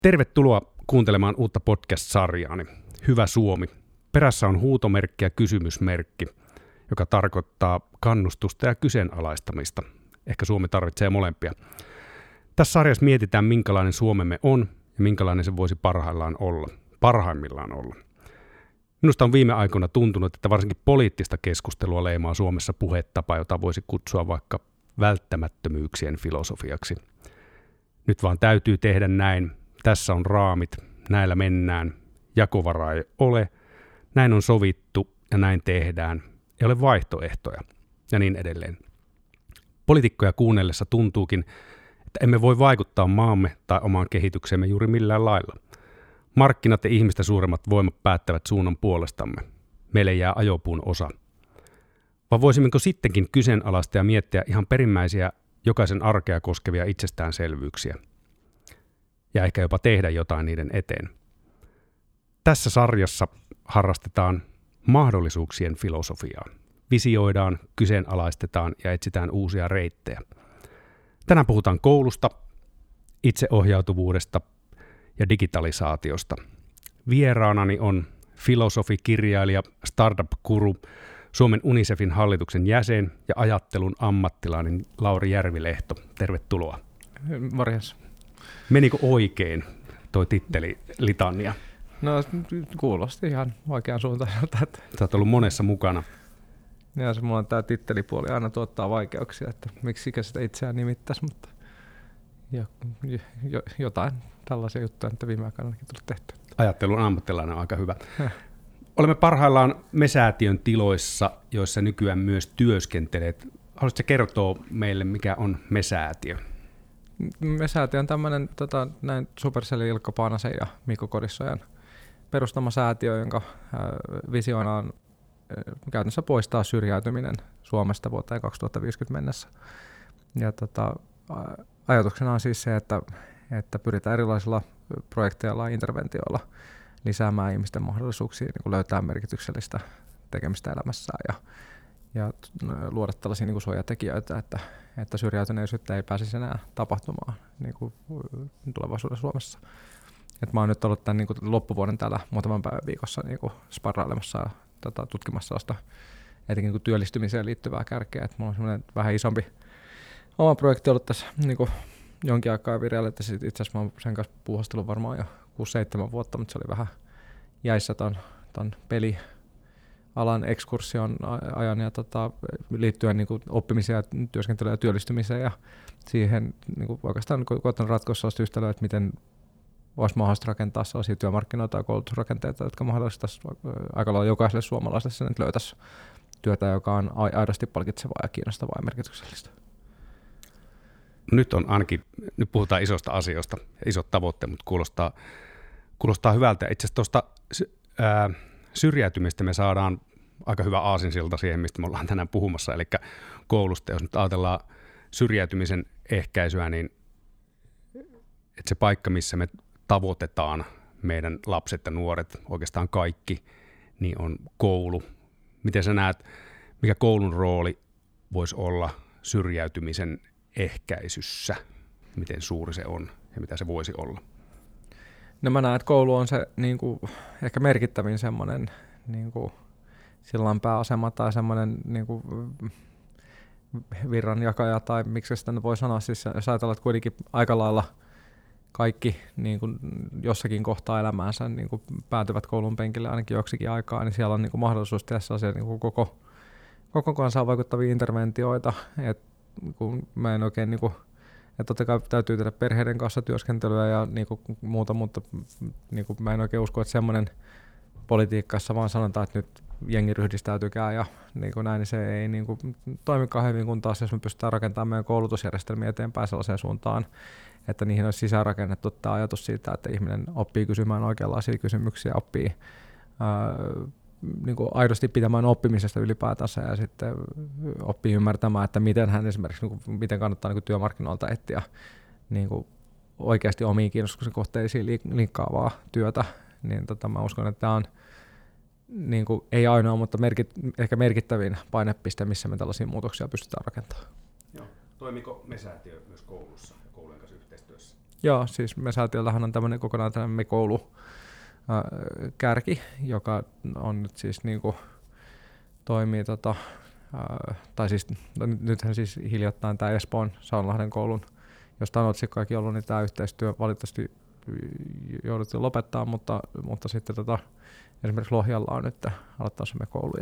Tervetuloa kuuntelemaan uutta podcast-sarjaani Hyvä Suomi. Perässä on huutomerkki ja kysymysmerkki, joka tarkoittaa kannustusta ja kyseenalaistamista. Ehkä Suomi tarvitsee molempia. Tässä sarjassa mietitään, minkälainen Suomemme on ja minkälainen se voisi parhaimmillaan olla. Minusta on viime aikoina tuntunut, että varsinkin poliittista keskustelua leimaa Suomessa puhetapa, jota voisi kutsua vaikka välttämättömyyksien filosofiaksi. Nyt vaan täytyy tehdä näin. Tässä on raamit, näillä mennään, jakovaraa ei ole, näin on sovittu ja näin tehdään, ei ole vaihtoehtoja ja niin edelleen. Poliitikkoja kuunnellessa tuntuukin, että emme voi vaikuttaa maamme tai omaan kehitykseemme juuri millään lailla. Markkinat ja ihmistä suuremmat voimat päättävät suunnan puolestamme. Meille jää ajopuun osa. Vai voisimmeko sittenkin kyseenalaista ja miettiä ihan perimmäisiä jokaisen arkea koskevia itsestäänselvyyksiä? Ja ehkä jopa tehdä jotain niiden eteen. Tässä sarjassa harrastetaan mahdollisuuksien filosofiaa. Visioidaan, kyseenalaistetaan ja etsitään uusia reittejä. Tänään puhutaan koulusta, itseohjautuvuudesta ja digitalisaatiosta. Vieraanani on filosofi, kirjailija, startup-guru, Suomen Unicefin hallituksen jäsen ja ajattelun ammattilainen Lauri Järvilehto. Tervetuloa. Morjens. Menikö oikein toi titteli litania? No kuulosti ihan oikean suuntaiselta. Sä oot ollut monessa mukana. Ja se mulla on tää tittelipuoli aina tuottaa vaikeuksia, että miksi sitä itseään nimittäisi, mutta jotain tällaisia juttuja, että viime aikoina ainakin tullut tehtyä. Ajattelun ammattilainen on aika hyvä. Olemme parhaillaan Me-säätiön tiloissa, joissa nykyään myös työskentelet. Haluaisitko kertoa meille, mikä on Me-säätiö? Me-säätiö on tämmöinen näin Supercellin Ilkka Paanasen ja Mikko Kodissojan perustama säätiö, jonka visiona on käytännössä poistaa syrjäytyminen Suomesta vuoteen 2050 mennessä. Ja ajatuksena on siis se, että pyritään erilaisilla projekteilla ja interventioilla lisäämään ihmisten mahdollisuuksia niin kuin löytää merkityksellistä tekemistä elämässään ja luoda tällaisia niin kuin suojatekijöitä, että syrjäytyneisyyttä ei pääsisi enää tapahtumaan niin kuin tulevaisuuden Suomessa. Et mä oon nyt ollut tämän niin kuin loppuvuoden täällä muutaman päivän viikossa niin kuin sparrailemassa ja tutkimassa sellaista etenkin niin kuin työllistymiseen liittyvää kärkeä. Et mulla on semmoinen vähän isompi oma projekti ollut tässä niin kuin jonkin aikaa vireillä, että itse asiassa mä oon sen kanssa puuhastellut varmaan jo 6-7 vuotta, mutta se oli vähän jäissä ton pelialan ekskursion ajan ja liittyen niin kuin oppimiseen ja työskentelyyn ja työllistymiseen ja siihen niin kuin oikeastaan koetan ratkoa sellaista yhtälöä, että miten olisi mahdollista rakentaa sellaisia työmarkkinoita ja koulutusrakenteita, jotka mahdollistaisivat aika lailla jokaiselle suomalaiselle sen, että löytäisi työtä, joka on aidosti palkitsevaa ja kiinnostavaa ja merkityksellistä. Nyt puhutaan isosta asioista, isot tavoitteet, mutta kuulostaa hyvältä. Itse asiassa tuosta syrjäytymistä me saadaan aika hyvä aasinsilta siihen, mistä me ollaan tänään puhumassa, eli koulusta. Jos nyt ajatellaan syrjäytymisen ehkäisyä, niin että se paikka, missä me tavoitetaan meidän lapset ja nuoret, oikeastaan kaikki, niin on koulu. Miten sä näet, mikä koulun rooli voisi olla syrjäytymisen ehkäisyssä? Miten suuri se on ja mitä se voisi olla? No mä näen, että koulu on se niin kuin, ehkä merkittävin semmoinen niin kuin sillanpääasema tai semmoinen niin kuin virranjakaja tai miksi sitä voi sanoa. Siis jos ajatellaan, että kuitenkin aika lailla kaikki niin kuin jossakin kohtaa elämäänsä niin kuin päätyvät koulun penkille ainakin joksikin aikaa, niin siellä on niin kuin mahdollisuus tehdä sellaisia niin kuin koko kansaan vaikuttavia interventioita. Kun mä en oikein, niin kuin, että totta kai täytyy tehdä perheiden kanssa työskentelyä ja niin kuin muuta, mutta niin kuin mä en oikein usko, että semmoinen politiikassa vaan sanotaan, että nyt jengi ryhdistäytykää ja niin kuin näin, niin se ei niin kuin toimikaan hyvin, kun taas jos me pystytään rakentamaan meidän koulutusjärjestelmiä eteenpäin sellaiseen suuntaan, että niihin olisi sisäänrakennettu tämä ajatus siitä, että ihminen oppii kysymään oikeanlaisia kysymyksiä, oppii niin kuin aidosti pitämään oppimisesta ylipäätänsä ja sitten oppii ymmärtämään, että miten hän esimerkiksi miten kannattaa niin kuin työmarkkinoilta etsiä niin kuin oikeasti omiin kiinnostuksen kohteisiin linkkaavaa työtä, niin mä uskon, että tämä on niin kuin, ei ainoa, mutta ehkä merkittävin painepiste, missä me tällaisia muutoksia pystytään rakentamaan. Joo. Toimiko Me-säätiö myös koulussa ja koulujen kanssa yhteistyössä? Joo, siis me säätiöllähän on tämmöinen kokonaan tämmöinen Me-koulu kärki, joka on nyt siis niinku toimii tai siis nythän siis hiljattain tämä Espoon Saunalahden koulun, josta on otsikkoakin ollut, niin tämä yhteistyö valitettavasti jouduttiin lopettaa, mutta sitten esimerkiksi Lohjalla on nyt aloittaa se Me-koulu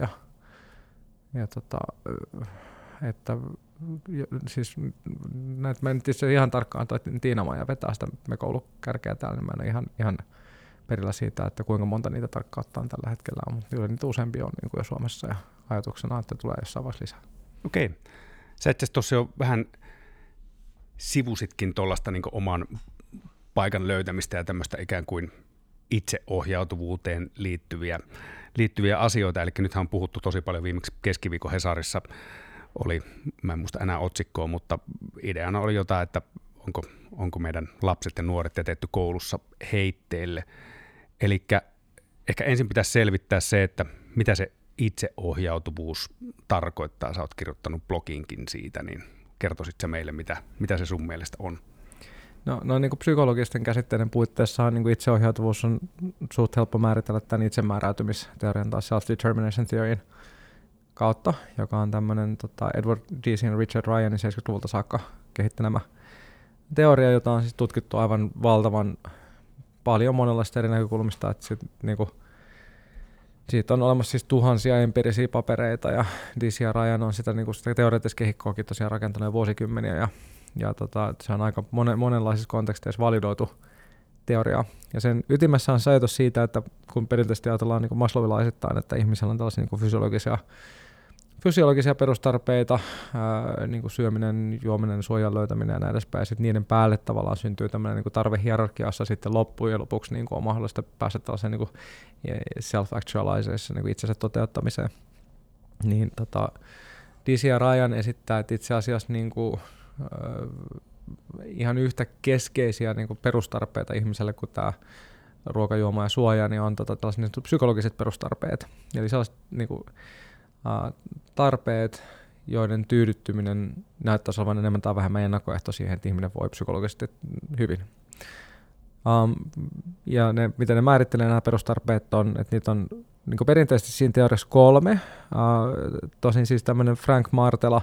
että siis näitä mä en itse ihan tarkkaan toi Tiina-Maija vetää sitä Me-koulukärkeä täällä, niin mä en ole ihan perillä siitä, että kuinka monta niitä tarkkautta on tällä hetkellä on, mutta kyllä niitä useampia on niin kuin jo Suomessa ja ajatuksena, että tulee jossain vaiheessa lisää. Okei. Sä itse asiassa tuossa jo vähän sivusitkin tuollaista niin oman paikan löytämistä ja tämmöistä ikään kuin itseohjautuvuuteen liittyviä asioita, eli nythän on puhuttu tosi paljon viimeksi keskiviikon Hesarissa, mä en muista enää otsikkoa, mutta ideana oli jotain, että onko meidän lapset ja nuoret jätetty koulussa heitteelle. Eli ehkä ensin pitäisi selvittää se, että mitä se itseohjautuvuus tarkoittaa. Sä oot kirjoittanut bloginkin siitä, niin kertoisit sä meille, mitä se sun mielestä on? No niin kuin psykologisten käsitteiden puitteissa niin kuin itseohjautuvuus on suht helppo määritellä tämän itsemääräytymisteorian tai self-determination theoryin kautta, joka on tämmöinen Edward Deci ja Richard Ryanin 70-luvulta saakka kehittämä teoria, jota on siis tutkittu aivan valtavan paljon monenlaista eri näkökulmista, että siitä on olemassa siis tuhansia empiirisiä papereita ja Deci ja Ryan on sitä teoreettista kehikkoakin tosiaan rakentanut vuosikymmeniä ja se on aika monenlaisissa konteksteissa validoitu teoria. Ja sen ytimessä on se ajatus siitä, että kun perinteisesti ajatellaan niin kuin maslowilaisittain, että ihmisellä on tällaisia niin kuin fysiologisia perustarpeita, niin kuin syöminen, juominen, suojan löytäminen ja näin edespäin. Sitten niiden päälle tavallaan syntyy tämmöinen niin kuin tarvehierarkiassa sitten loppujen lopuksi niin kuin on mahdollista päästä tällaiseen niin kuin self-actualization, niin kuin itsensä toteuttamiseen. Niin, Deci ja Ryan esittää, että itse asiassa niin kuin, ihan yhtä keskeisiä niin kuin perustarpeita ihmiselle kuin tämä ruoka, juoma ja suoja, niin on tällaiset niin psykologiset perustarpeet. Eli sellaiset niin kuin, tarpeet, joiden tyydyttyminen näyttäisi olevan enemmän tai vähemmän ennakkoehto siihen, että ihminen voi psykologisesti hyvin. Ja miten ne määrittelee nämä perustarpeet on, että niitä on niin kuin perinteisesti siinä teoriassa 3. Tosin siis tämmöinen Frank Martela,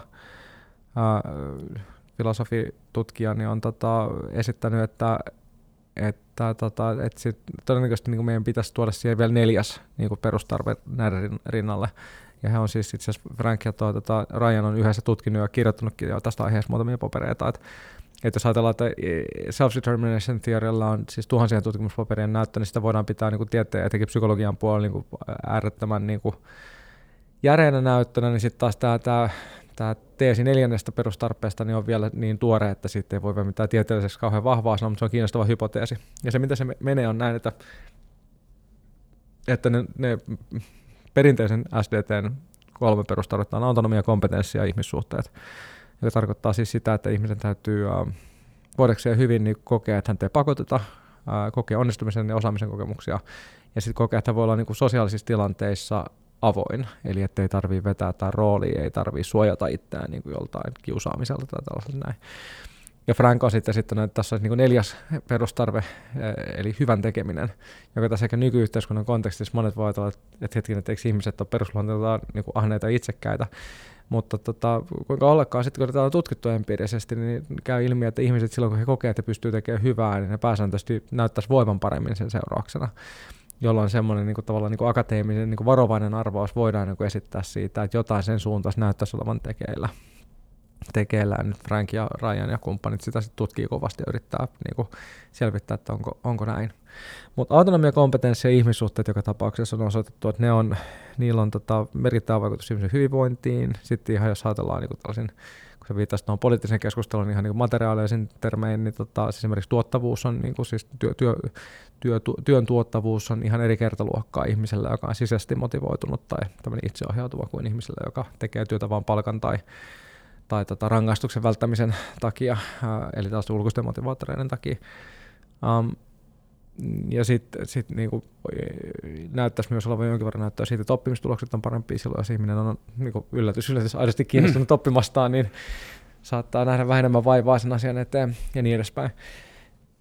filosofitutkija, niin on esittänyt, että todennäköisesti niin kuin meidän pitäisi tuoda siihen vielä 4. niin kuin perustarve näiden rinnalle. Ja he on siis itse asiassa Frank ja Ryan on yhdessä tutkinut ja kirjoittanutkin jo tästä aiheesta muutamia papereita. Että jos ajatellaan, että self-determination theorylla on siis tuhansien tutkimuspaperien näyttö, niin sitä voidaan pitää niin kuin tieteen etenkin psykologian puolella niin kuin äärettömän niin kuin järeänä näyttönä, niin sitten taas tämä teesi 4. perustarpeesta niin on vielä niin tuore, että siitä ei voi vielä mitään tieteelliseksi kauhean vahvaa sanoa, mutta se on kiinnostava hypoteesi. Ja se, mitä se menee, on näin, että ne perinteisen SDT:n 3 perustarvetta on autonomia, kompetenssi ja ihmissuhteet, joka tarkoittaa siis sitä, että ihmisen täytyy voidakseen hyvin niin kokea, että häntä ei pakoteta, kokea onnistumisen ja osaamisen kokemuksia, ja sitten kokea, että hän voi olla niin kuin sosiaalisissa tilanteissa avoin, eli ettei tarvitse vetää tai roolia, ei tarvitse suojata itseään niin kuin joltain kiusaamiselta tai tällaisella näin. Ja Frank on sitten esittänyt, että tässä on niin kuin 4. perustarve, eli hyvän tekeminen, joka tässä ehkä nykyyhteiskunnan kontekstissa monet voivat olla, että hetkinen, että eikö ihmiset ole perusluonteeltaan niin kuin ahneita itsekkäitä, mutta kuinka ollakaan sitten, kun tätä on tutkittu empiirisesti, niin käy ilmi, että ihmiset silloin, kun he kokee, että he pystyvät tekemään hyvää, niin he pääsääntöisesti näyttäisi voivan paremmin sen seurauksena, jolloin semmoinen niin kuin, tavallaan niin kuin akateeminen niin kuin varovainen arvaus voidaan niin kuin esittää siitä, että jotain sen suuntaista näyttäisi olevan tekeillä. Nyt Frank ja Ryan ja kumppanit sitä sitten tutkii kovasti ja yrittää niin kuin selvittää, että onko näin. Mutta autonomia, kompetenssi ja ihmissuhteet joka tapauksessa on osoitettu, että niillä on merkittävä vaikutus ihmisen hyvinvointiin. Sitten ihan jos ajatellaan niin kuin tällaisin, kun se viittaisi tuohon poliittisen keskustelun ihan niin kuin materiaalisen termein, niin siis esimerkiksi tuottavuus on, niin kuin siis työn tuottavuus on ihan eri kertaluokkaa ihmisellä, joka on sisäisesti motivoitunut tai tämmöinen itseohjautuva kuin ihmisellä, joka tekee työtä vain palkan tai rangaistuksen välttämisen takia, eli taas ulkoisten motivaattoreiden takia. Ja sitten niinku, näyttäisi myös olevan jonkin verran näyttöä siitä, että oppimistulokset on parempia silloin, jos ihminen on niinku, yllätys aidosti kiinnostunut oppimastaan, niin saattaa nähdä vähän enemmän vaivaa sen asian eteen ja niin edespäin.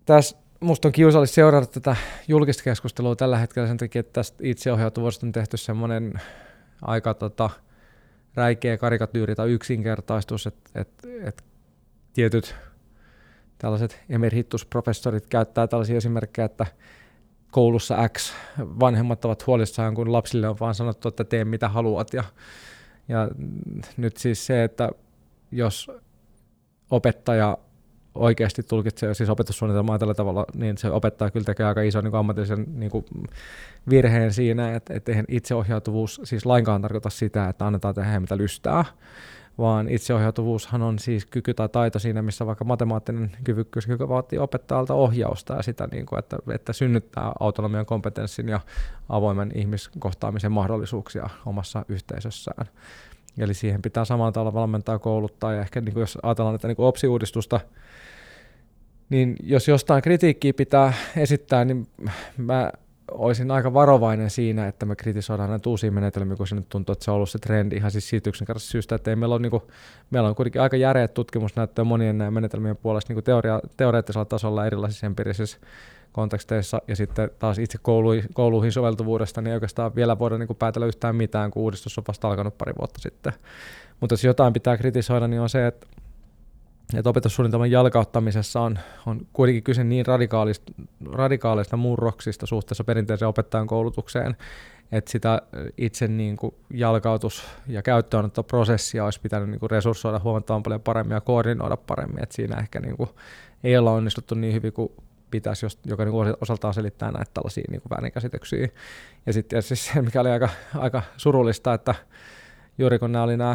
Tässä musta on kiusallista seurata tätä julkista keskustelua tällä hetkellä sen takia, että tästä itseohjautuvuudesta on tehty semmoinen aika räikeä karikatyyri tai yksinkertaistus, että tietyt tällaiset emeritusprofessorit käyttää tällaisia esimerkkejä, että koulussa X vanhemmat ovat huolissaan, kun lapsille on vaan sanottu, että tee mitä haluat. Ja nyt siis se, että jos opettaja oikeasti tulkitsee siis opetussuunnitelmaa tällä tavalla, niin se opettaja kyllä tekee aika ison niin ammatillisen niin virheen siinä, että eihän itseohjautuvuus siis lainkaan tarkoita sitä, että annetaan tehdä mitä lystää, vaan itseohjautuvuushan on siis kyky tai taito siinä, missä vaikka matemaattinen kyvykkyys vaatii opettajalta ohjausta ja sitä, niin kuin, että synnyttää autonomian kompetenssin ja avoimen ihmiskohtaamisen mahdollisuuksia omassa yhteisössään. Eli siihen pitää samalla tavalla valmentaa, kouluttaa ja ehkä niin kuin jos ajatellaan tätä niin kuin OPSI-uudistusta, niin jos jostain kritiikkiä pitää esittää, niin mä olisin aika varovainen siinä, että me kritisoidaan näitä uusia menetelmiä, kun se nyt tuntuu, että se on ollut se trendi ihan siis siitä yksinkertaisesta syystä, että ei meillä on kuitenkin aika järeät tutkimusnäyttöä monien näiden menetelmien puolesta niin kuin teoreettisella tasolla erilaisissa empiirisissä konteksteissa, ja sitten taas itse kouluihin soveltuvuudesta, niin ei oikeastaan vielä voida niin kuin päätellä yhtään mitään, kun uudistus on vasta alkanut pari vuotta sitten. Mutta jos jotain pitää kritisoida, niin on se, että opetussuunnitelman jalkauttamisessa on kuitenkin kyse niin radikaalista murroksista suhteessa perinteiseen opettajan koulutukseen, että sitä itse niin kuin jalkautus- ja käyttöönottoprosessia olisi pitänyt niin kuin resurssoida huomattavan paljon paremmin ja koordinoida paremmin, että siinä ehkä niin kuin ei olla onnistuttu niin hyvin kuin pitäisi, joka niin kuin osaltaan selittää näitä tällaisia niin kuin väärinkäsityksiä. Ja sitten siis se, mikä oli aika surullista, että juuri kun nämä oli nämä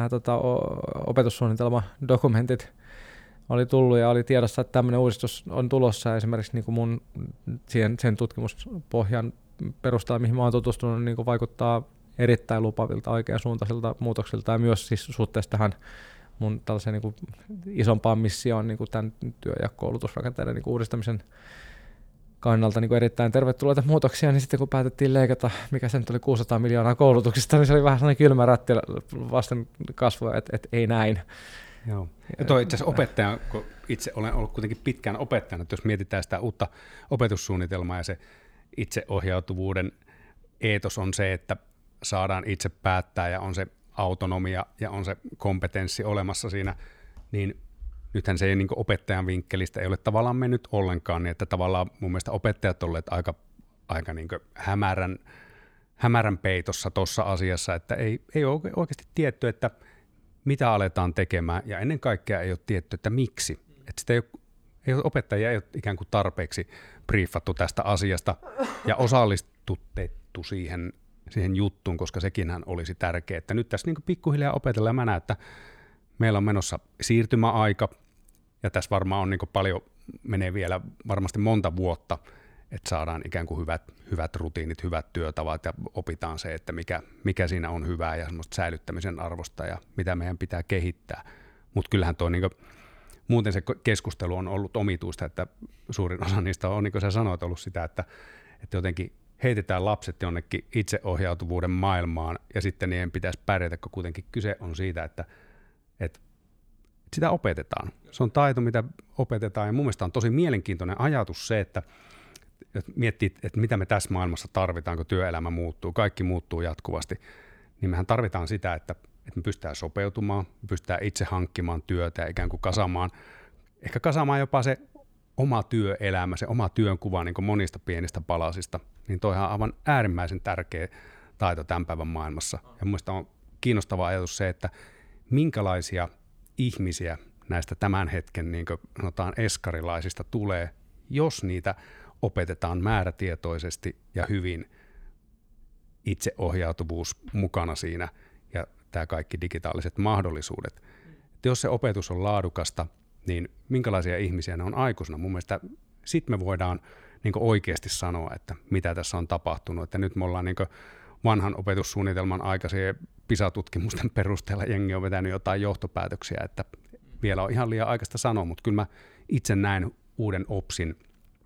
opetussuunnitelmadokumentit oli tullut ja oli tiedossa, että tämmöinen uudistus on tulossa, ja esimerkiksi niin kuin mun sen tutkimuspohjan perusteella, mihin mä oon tutustunut, niin kuin vaikuttaa erittäin lupavilta oikeansuuntaisilta muutoksilta ja myös siis suhteessa tähän mun tällaiseen niin kuin isompaan missioon niin kuin tämän työ- ja koulutusrakenteiden niin kuin uudistamisen kannalta niin kuin erittäin tervetulleita muutoksia, niin sitten kun päätettiin leikata, mikä sen tuli 600 miljoonaa koulutuksesta, niin se oli vähän sellainen kylmä rätti vasten kasvua, että ei näin. Joo. Ja toi itse asiassa opettaja, kun itse olen ollut kuitenkin pitkään opettajana, että jos mietitään sitä uutta opetussuunnitelmaa ja se itseohjautuvuuden eetos on se, että saadaan itse päättää ja on se autonomia ja on se kompetenssi olemassa siinä, niin nythän se ei niin kuin opettajan vinkkelistä ei ole tavallaan mennyt ollenkaan, niin että tavallaan mun mielestä opettajat ovat olleet aika niin kuin hämärän peitossa tuossa asiassa, että ei ole oikeasti tietty, että mitä aletaan tekemään, ja ennen kaikkea ei ole tietty, että miksi. Että sitä opettajia ei ole ikään kuin tarpeeksi briefattu tästä asiasta ja osallistutettu siihen juttuun, koska sekinhän olisi tärkeää. Että nyt tässä niin kuin pikkuhiljaa opetellaan, ja mä näen, että meillä on menossa siirtymäaika, ja tässä varmaan on niin kuin paljon, menee vielä varmasti monta vuotta, että saadaan ikään kuin hyvät rutiinit, hyvät työtavat, ja opitaan se, että mikä siinä on hyvää ja semmoista säilyttämisen arvosta, ja mitä meidän pitää kehittää. Mutta kyllähän tuo niin kuin, muuten se keskustelu on ollut omituista, että suurin osa niistä on, niin kuin sä sanoit, ollut sitä, että jotenkin heitetään lapset jonnekin itseohjautuvuuden maailmaan, ja sitten niiden pitäisi pärjätä, kun kuitenkin kyse on siitä, että sitä opetetaan. Se on taito, mitä opetetaan, ja mun mielestä on tosi mielenkiintoinen ajatus se, että miettii, että mitä me tässä maailmassa tarvitaan, kun työelämä muuttuu, kaikki muuttuu jatkuvasti, niin mehän tarvitaan sitä, että me pystytään sopeutumaan, me pystytään itse hankkimaan työtä ja ikään kuin kasaamaan jopa se oma työelämä, se oma työnkuva niin kuin monista pienistä palasista, niin toihan on aivan äärimmäisen tärkeä taito tämän päivän maailmassa. Ja mun mielestä on kiinnostava ajatus se, että minkälaisia ihmisiä näistä tämän hetken niin kuin sanotaan eskarilaisista tulee, jos niitä opetetaan määrätietoisesti ja hyvin, itseohjautuvuus mukana siinä ja tämä kaikki digitaaliset mahdollisuudet. Että jos se opetus on laadukasta, niin minkälaisia ihmisiä ne on aikuisena? Mun mielestä sitten me voidaan niin oikeasti sanoa, että mitä tässä on tapahtunut. Että nyt me ollaan niin vanhan opetussuunnitelman aikaisien PISA-tutkimusten perusteella jengi on vetänyt jotain johtopäätöksiä, että vielä on ihan liian aikaista sanoa, mutta kyllä mä itse näen uuden OPSin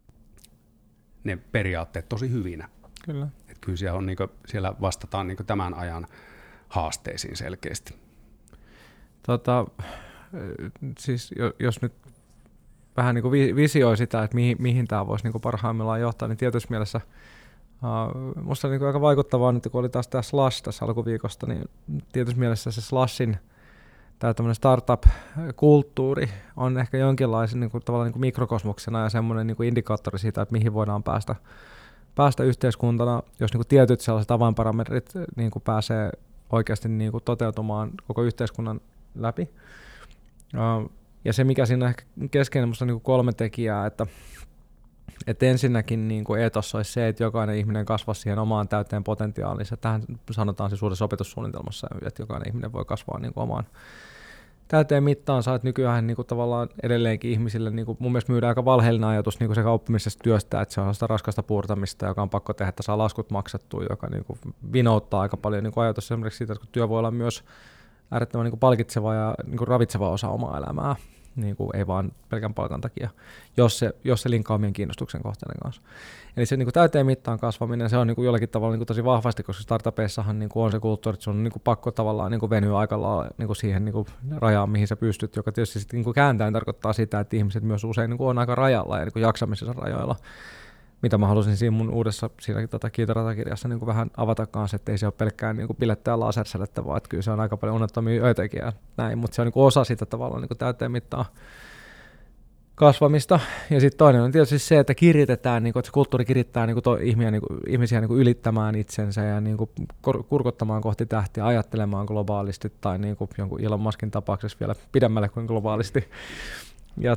ne periaatteet tosi hyvinä. Kyllä. Että kyllä siellä, on siellä vastataan tämän ajan haasteisiin selkeästi. Siis jos nyt vähän niin kuin visioi sitä, että mihin tämä voisi niin kuin parhaimmillaan johtaa, niin tietysti mielessä musta on niin kuin aika vaikuttavaa nyt, kun oli taas tämä Slush tässä alkuviikosta, niin tietysti mielessä se Slushin tämä tämmöinen startup-kulttuuri on ehkä jonkinlaisen niin kuin, tavallaan niin kuin mikrokosmoksena ja semmoinen niin kuin indikaattori siitä, että mihin voidaan päästä yhteiskuntana, jos niin kuin tietyt sellaiset avainparametrit niin kuin pääsee oikeasti niin kuin toteutumaan koko yhteiskunnan läpi. Ja se, mikä siinä on ehkä keskeinen, musta on niin kuin 3 tekijää, että ensinnäkin niin kuin etos olisi se, että jokainen ihminen kasvaisi siihen omaan täyteen potentiaaliinsa. Tähän sanotaan siis uudessa opetussuunnitelmassa, että jokainen ihminen voi kasvaa niin kuin omaan täyteen mittaansa, että nykyään niin kuin tavallaan edelleenkin ihmisille niin kuin mun mielestä myydään aika valheellinen ajatus niin kuin sekä oppimisesta työstä, että se on sitä raskasta puurtamista, joka on pakko tehdä, että saa laskut maksettua, joka niin kuin vinouttaa aika paljon niin kuin ajatus esimerkiksi siitä, että työ voi olla myös äärettömän niin kuin palkitseva ja niin kuin ravitseva osa omaa elämää, niin kuin ei vaan pelkän palkan takia, jos se linkkaa omien kiinnostuksen kohteiden kanssa. Eli se niin kuin täyteen mittaan kasvaminen, se on niin kuin jollakin tavalla niin kuin tosi vahvasti, koska startupeissahan niin kuin on se kulttuuri, että sun on niin kuin pakko tavallaan niin kuin venyä aika lailla niin kuin siihen niin kuin rajaan, mihin sä pystyt, joka tietysti sitten niin kuin kääntäen tarkoittaa sitä, että ihmiset myös usein niin kuin on aika rajalla ja niin kuin jaksamisessa rajoilla, mitä mä halusin siinä mun uudessa Kiitoratakirjassa niin kuin vähän avata kanssa, että ei se ole pelkkään niin kuin bilettä ja lasersädettä, vaan että kyllä se on aika paljon unettomia öitäkin ja näin, mutta se on niin kuin osa sitä tavallaan niin kuin täyteen mittaan kasvamista. Ja sitten toinen on tietysti se, että kiritetään, niin kuin, että se kulttuuri kirittää niin kuin ihmisiä niin kuin ylittämään itsensä ja niin kuin kurkottamaan kohti tähtiä, ajattelemaan globaalisti tai niin kuin jonkun Elon Muskin tapauksessa vielä pidemmälle kuin globaalisti. Ja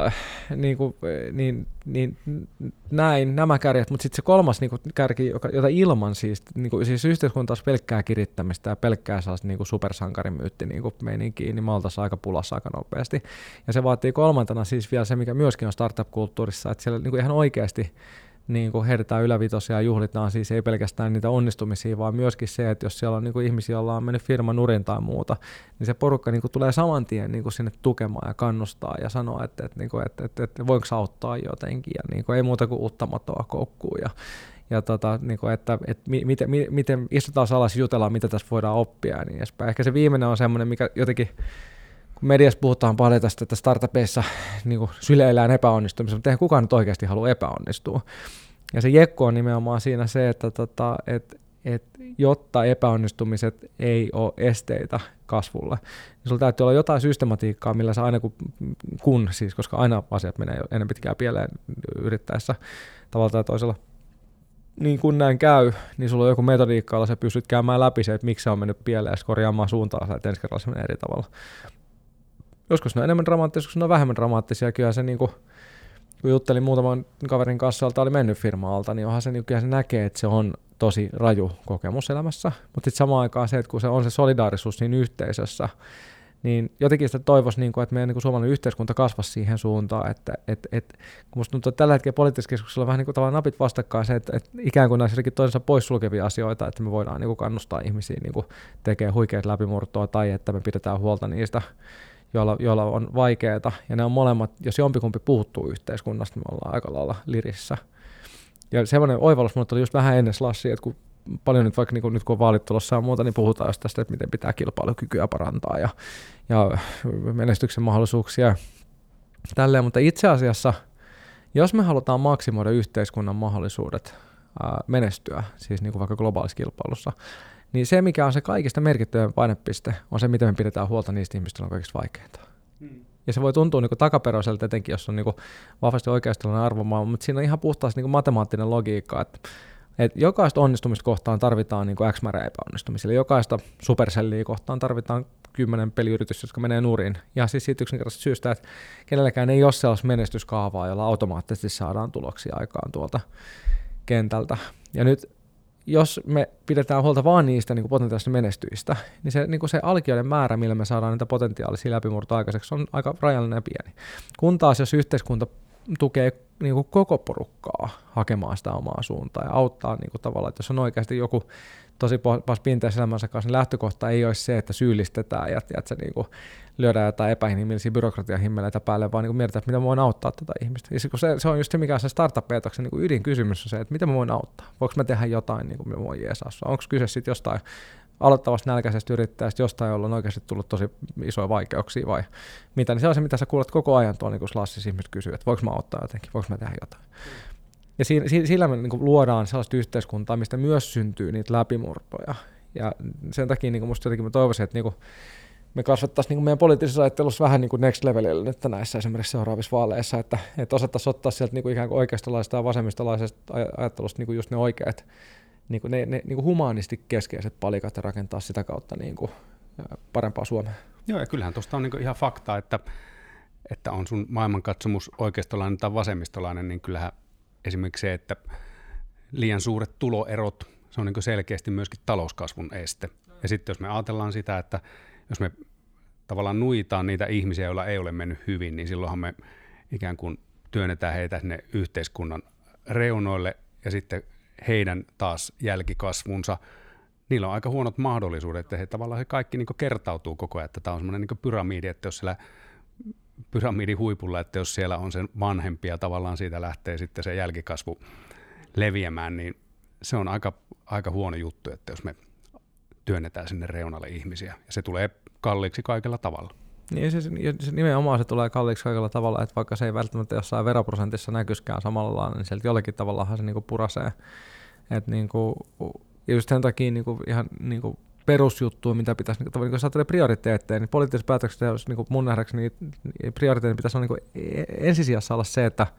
näin nämä kärjet, mutta sitten se kolmas niin kuin kärki, jota ilman siis yhteiskunta taas pelkkää kirittämistä ja pelkkää sellaista niin kuin supersankarimyytti niin kuin meininkiin, niin me oltaisiin aika pulassa aika nopeasti. Ja se vaatii kolmantena siis vielä se, mikä myöskin on startup-kulttuurissa, että siellä niin kuin ihan oikeasti niin kuin heitetään ylävitosia ja juhlitaan siis ei pelkästään niitä onnistumisia, vaan myöskin se, että jos siellä on niin kuin ihmisiä, joilla on mennyt firma nurin tai muuta, niin se porukka niin kuin tulee saman tien niin kuin sinne tukemaan ja kannustaa ja sanoa, että voinko auttaa jotenkin ja niin kuin ei muuta kuin uutta matoa koukkuun niin kuin, että miten istutaan alas jutellaan, mitä tässä voidaan oppia ja niin edespäin. Ehkä se viimeinen on semmoinen, mikä jotenkin kun mediassa puhutaan paljon tästä, että startupeissa niin syleillään epäonnistumista, mutta eihän kukaan nyt oikeasti halua epäonnistua. Ja se jekku on nimenomaan siinä se, että jotta epäonnistumiset ei ole esteitä kasvulle, niin sulla täytyy olla jotain systematiikkaa, millä sä aina siis, koska aina asiat menee ennen pitkään pieleen yrittäessä tavalla tai toisella, niin kun näin käy, niin sulla on joku metodiikka, jolla sä pystyt käymään läpi se, että miksi se on mennyt pieleen ja korjaamaan suuntaan, että ensi kerralla se menee eri tavalla. Joskus ne on enemmän dramaattisia, joskus ne on vähemmän dramaattisia. Kyllä se, niin kun juttelin muutaman kaverin kanssa, jolta oli mennyt firma-alta, niin onhan se, kyllä se näkee, että se on tosi raju kokemus elämässä. Mutta sitten samaan aikaan se, että kun se on se solidaarisuus siinä yhteisössä, niin jotenkin sitä toivoisi, että meidän niin suomalainen yhteiskunta kasvaisi siihen suuntaan, että kun musta tuntuu, että tällä hetkellä poliittisessa keskustelussa on vähän niin kuin tavallaan napit vastakkain se, että ikään kuin näissä jotenkin toisensa poissulkevia asioita, että me voidaan niin kuin kannustaa ihmisiä niin kuin tekemään huikeat läpimurtoa tai että me pidetään huolta niistä, joilla on vaikeaa, ja ne on molemmat, jos jompikumpi puuttuu yhteiskunnasta, niin me ollaan aika lailla lirissä. Ja semmoinen oivallus minulle oli just vähän ennen Slushia, että kun paljon nyt vaikka nyt kun on vaalit tulossa ja muuta, niin puhutaan just tästä, että miten pitää kilpailukykyä parantaa ja menestyksen mahdollisuuksia tälleen, mutta itse asiassa, jos me halutaan maksimoida yhteiskunnan mahdollisuudet menestyä, siis niin kuin vaikka globaalissa kilpailussa, niin se, mikä on se kaikista merkittävä painepiste, on se, miten me pidetään huolta niistä ihmistä, joilla on kaikista vaikeinta. Ja se voi tuntua niin takaperoiselta, etenkin jos on niin vahvasti oikeistollinen arvomaa, mutta siinä on ihan puhtaasti niin matemaattinen logiikka, että jokaista onnistumista kohtaan tarvitaan niin X määrä epäonnistumisia, jokaista supercelliä kohtaan tarvitaan 10 peliyritystä, jotka menee nurin. Ja siis siitä yksinkertaisesta syystä, että kenelläkään ei ole sellaista menestyskaavaa, jolla automaattisesti saadaan tuloksia aikaan tuolta kentältä. Ja nyt jos me pidetään huolta vaan niistä niin potentiaalisista menestyjistä, niin se alkioiden määrä, millä me saadaan niitä potentiaalisia läpimurtoja aikaiseksi, on aika rajallinen ja pieni. Kun taas, jos yhteiskunta tukee niin kuin koko porukkaa hakemaan sitä omaa suuntaa ja auttaa niin kuin tavallaan, että jos on oikeasti joku tosi pinteessä elämänsä kanssa, niin lähtökohta ei olisi se, että syyllistetään ja että se niin kuin lyödään jotain epäinhimillisiä byrokratiahimmeleitä päälle, vaan niin kuin mietitään, että miten me voin auttaa tätä ihmistä. Ja se on just se, mikä on se startup-petoksen niin ydinkysymys on se, että miten me voin auttaa. Voinko mä tehdä jotain, niin kuin me voin jeesaa. Onko kyse sitten jostain aloittavasta nälkäisestä yrittäjästä, jostain, jolla on oikeasti tullut tosi isoja vaikeuksia vai mitä, niin se on se, mitä sä kuulet koko ajan tuolla, niin kun Lassis ihmiset kysyy, että voiko mä auttaa jotenkin, voiko mä tehdä jotain. Ja sillä me niin kuin luodaan sellaista yhteiskuntaa, mistä myös syntyy niitä läpimurtoja. Ja sen takia niin musta jotenkin mä toivoisin, että niin kuin me kasvattaisiin niin meidän poliittisessa ajattelussa vähän niin kuin next levelille nyt näissä esimerkiksi seuraavissa vaaleissa, että osattaisiin ottaa sieltä niin kuin ikään kuin oikeistolaisesta ja vasemmistolaisesta ajattelusta niin kuin just ne oikeat, niin kuin ne niin kuin humaanisti keskeiset palikat ja rakentaa sitä kautta niin kuin parempaa Suomea. Joo, ja kyllähän tuosta on niin kuin ihan fakta, että on sun maailmankatsomus oikeistolainen tai vasemmistolainen, niin kyllähän esimerkiksi se, että liian suuret tuloerot, se on niin kuin selkeästi myöskin talouskasvun este. Ja sitten jos me ajatellaan sitä, että jos me tavallaan nuitaan niitä ihmisiä, joilla ei ole mennyt hyvin, niin silloinhan me ikään kuin työnnetään heitä sinne yhteiskunnan reunoille ja sitten heidän taas jälkikasvunsa, niillä on aika huonot mahdollisuudet, että he tavallaan se kaikki niin kuin kertautuu koko ajan, että tämä on semmoinen niin kuin pyramidi, että jos siellä pyramidin huipulla, että jos siellä on sen vanhempi ja tavallaan siitä lähtee sitten se jälkikasvu leviämään, niin se on aika huono juttu, että jos me työnnetään sinne reunalle ihmisiä, ja se tulee kalliiksi kaikella tavalla. Niin se nimenomaan se tulee kalliiksi kaikella tavalla, että vaikka se ei välttämättä jossain veroprosentissa näkyskään samalla lailla, niin sieltä jollakin tavallahan se niinku purasee. Että niinku, just sen takia niinku ihan niinku perusjuttua, mitä pitäisi, niin jos ajattelee prioriteetteja, niin poliittisessa päätöksessä niin mun nähdäkseni niin prioriteetin pitäisi olla niin ensisijassa olla se, että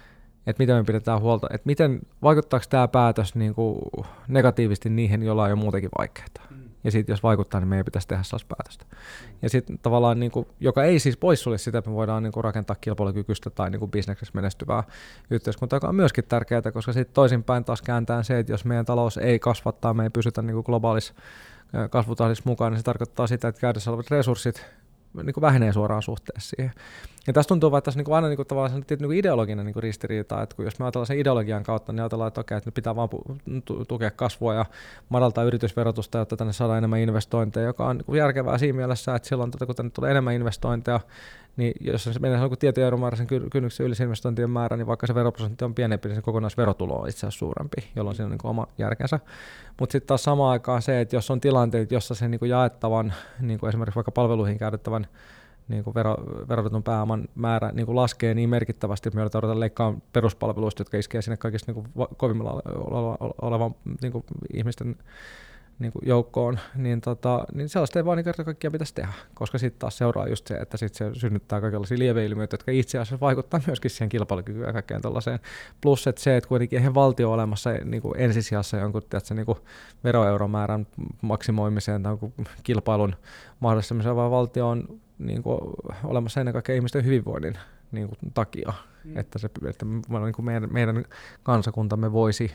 miten me pidetään huolta, että miten vaikuttaako tämä päätös niin kuin negatiivisesti niihin, joilla on jo muutenkin vaikeaa. Ja sitten jos vaikuttaa, niin meidän pitäisi tehdä sellaista päätöstä. Ja sitten tavallaan, niin kuin, joka ei siis poissulje sitä, että me voidaan niin kuin rakentaa kilpailukykyistä tai niin kuin bisneksessä menestyvää yhteiskuntaa, joka on myöskin tärkeää, koska sitten toisinpäin taas kääntää se, että jos meidän talous ei kasva tai me ei pysytä niin kuin globaalissa kasvutahdissa mukaan, niin se tarkoittaa sitä, että käytössä olevat resurssit niin kuin vähenee suoraan suhteessa siihen. Ja tässä tuntuu, että tässä aina niin kuin tavallaan niin kuin ideologinen niin kuin ristiriita, että kun jos me ajatellaan sen ideologian kautta, niin ajatellaan, että okei, että pitää vaan tukea kasvua ja madaltaa yritysverotusta, jotta tänne saadaan enemmän investointeja, joka on niin kuin järkevää siinä mielessä, että silloin kun tänne tulee enemmän investointeja, niin jos se menee joku tietyn euromääräisen kynnyksen yli investointien määrä, niin vaikka se veroprosentti on pienempi, niin se kokonaisverotulo on itse asiassa suurempi, jolloin siinä on niin kuin oma järkensä. Mutta sitten taas samaan aikaan se, että jos on tilanteet, jossa se niin kuin jaettavan, niin kuin esimerkiksi vaikka palveluihin käytettävän niin kuin verotetun pääoman määrä niin kuin laskee niin merkittävästi, että me joudutaan leikkaamaan peruspalveluista, jotka iskee sinne kaikista niin kuin kovimmilla olevan niin kuin ihmisten niin kuin joukkoon, niin sellaista ei vaan niin kerta kaikkiaan pitäisi tehdä, koska sitten taas seuraa just se, että sitten se synnyttää kaikenlaisia lieveilmiöitä, jotka itse asiassa vaikuttaa myöskin siihen kilpailukykyyn ja kaikkeen tuollaiseen. Plus että se, että kuitenkin eihän valtio olemassa niin kuin ensisijassa jonkun niin kuin veroeuromäärän maksimoimiseen tai kilpailun mahdollistamiseen, vaan valtio on niin kuin olemassa ennen kaikkea ihmisten hyvinvoinnin niin kuin takia, että niin kuin meidän kansakuntamme voisi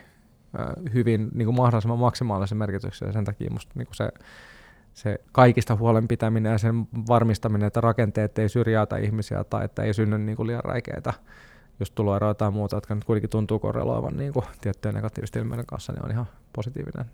hyvin niin kuin mahdollisimman maksimaalisen merkityksen, ja sen takia musta niin kuin se kaikista huolen pitäminen ja sen varmistaminen, että rakenteet ei syrjäytä ihmisiä tai että ei synny niin kuin liian räikeitä, jos tuloeroja tai muuta, jotka nyt kuitenkin tuntuu korreloivan niin kuin tiettyjen negatiivisten ilmiöiden kanssa, niin on ihan positiivinen.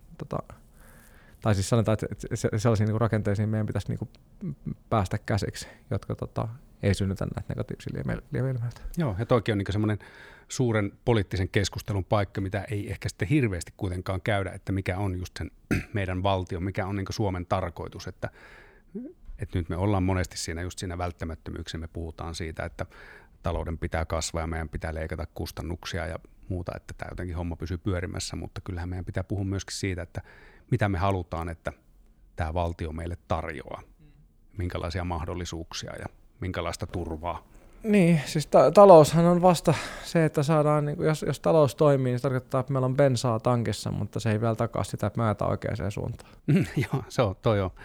Tai siis sanotaan, että sellaisiin niin kuin rakenteisiin meidän pitäisi niin kuin päästä käsiksi, jotka ei synnytä näitä negatiivisia lieveilmiöitä. Joo, ja toki on niin semmoinen suuren poliittisen keskustelun paikka, mitä ei ehkä sitten hirveästi kuitenkaan käydä, että mikä on just sen meidän valtio, mikä on niin Suomen tarkoitus, että nyt me ollaan monesti siinä välttämättömyyksissä, me puhutaan siitä, että talouden pitää kasvaa ja meidän pitää leikata kustannuksia ja muuta, että tämä jotenkin homma pysyy pyörimässä, mutta kyllähän meidän pitää puhua myöskin siitä, että mitä me halutaan, että tämä valtio meille tarjoaa, minkälaisia mahdollisuuksia ja minkälaista turvaa. Niin, siis taloushan on vasta se, että saadaan, niin jos talous toimii, niin se tarkoittaa, että meillä on bensaa tankissa, mutta se ei vielä takaa sitä, että me ajetaan oikeaan suuntaan. Joo, toi on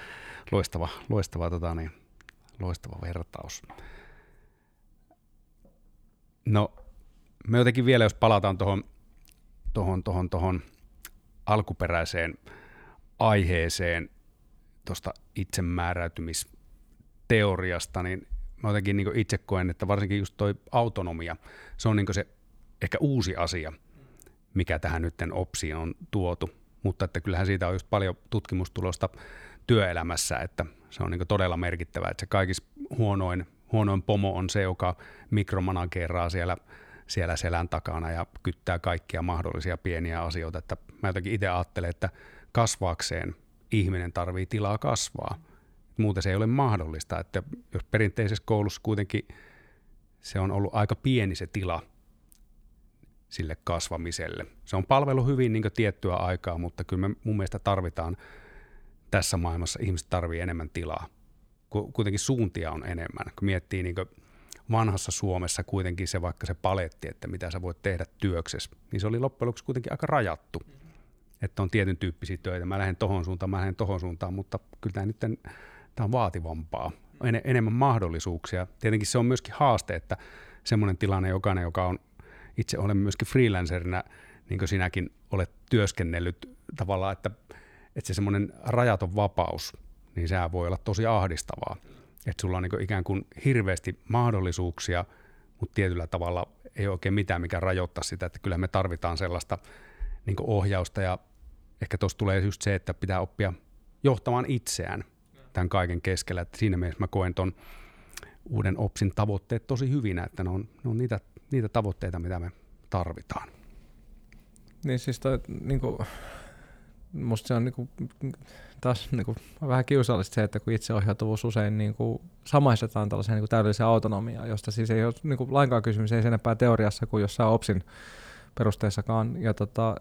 loistava vertaus. No, me jotenkin vielä, jos palataan tuohon alkuperäiseen aiheeseen tuosta itsemääräytymisteoriasta, niin mä jotenkin niin itse koen, että varsinkin just toi autonomia, se on niin se ehkä uusi asia, mikä tähän nytten OPSiin on tuotu, mutta että kyllähän siitä on just paljon tutkimustulosta työelämässä, että se on niin todella merkittävää, että se kaikista huonoin pomo on se, joka mikromanageeraa siellä selän takana ja kyttää kaikkia mahdollisia pieniä asioita, että mä jotenkin itse ajattelen, että kasvaakseen ihminen tarvii tilaa kasvaa. Muuten se ei ole mahdollista, että jos perinteisessä koulussa kuitenkin se on ollut aika pieni se tila sille kasvamiselle. Se on palvelu hyvin niin kuin tiettyä aikaa, mutta kyllä me mun mielestä tarvitaan tässä maailmassa, ihmiset tarvii enemmän tilaa. Kuitenkin suuntia on enemmän. Kun miettii niin kuin vanhassa Suomessa kuitenkin se vaikka se paletti, että mitä sä voit tehdä työksessä, niin se oli loppujen lopuksi kuitenkin aika rajattu. Että on tietyn tyyppisiä töitä, mä lähden tohon suuntaan, mutta kyllä tämä on vaativampaa. Enemmän mahdollisuuksia. Tietenkin se on myöskin haaste, että semmoinen tilanne jokainen, joka on, itse olen myöskin freelancerina, niin kuin sinäkin olet työskennellyt tavallaan, että se semmoinen rajaton vapaus, niin sehän voi olla tosi ahdistavaa. Että sulla on niin kuin ikään kuin hirveästi mahdollisuuksia, mutta tietyllä tavalla ei oikein mitään, mikä rajoittaa sitä, että kyllä me tarvitaan sellaista niin kuin ohjausta ja ehkä tuossa tulee just se, että pitää oppia johtamaan itseään tämän kaiken keskellä. Että siinä mielessä mä koen ton uuden OPSin tavoitteet tosi hyvinä, että ne on niitä tavoitteita, mitä me tarvitaan. Niin siis niinku, musta se on niinku, taas niinku, vähän kiusallista se, että kun itseohjautuvuus usein niinku, samaistetaan tällaiseen niinku, täydelliseen autonomiaan, josta siis ei ole niinku, lainkaan kysymys, ei sen enempää teoriassa kuin jossain OPSin perusteissakaan. Ja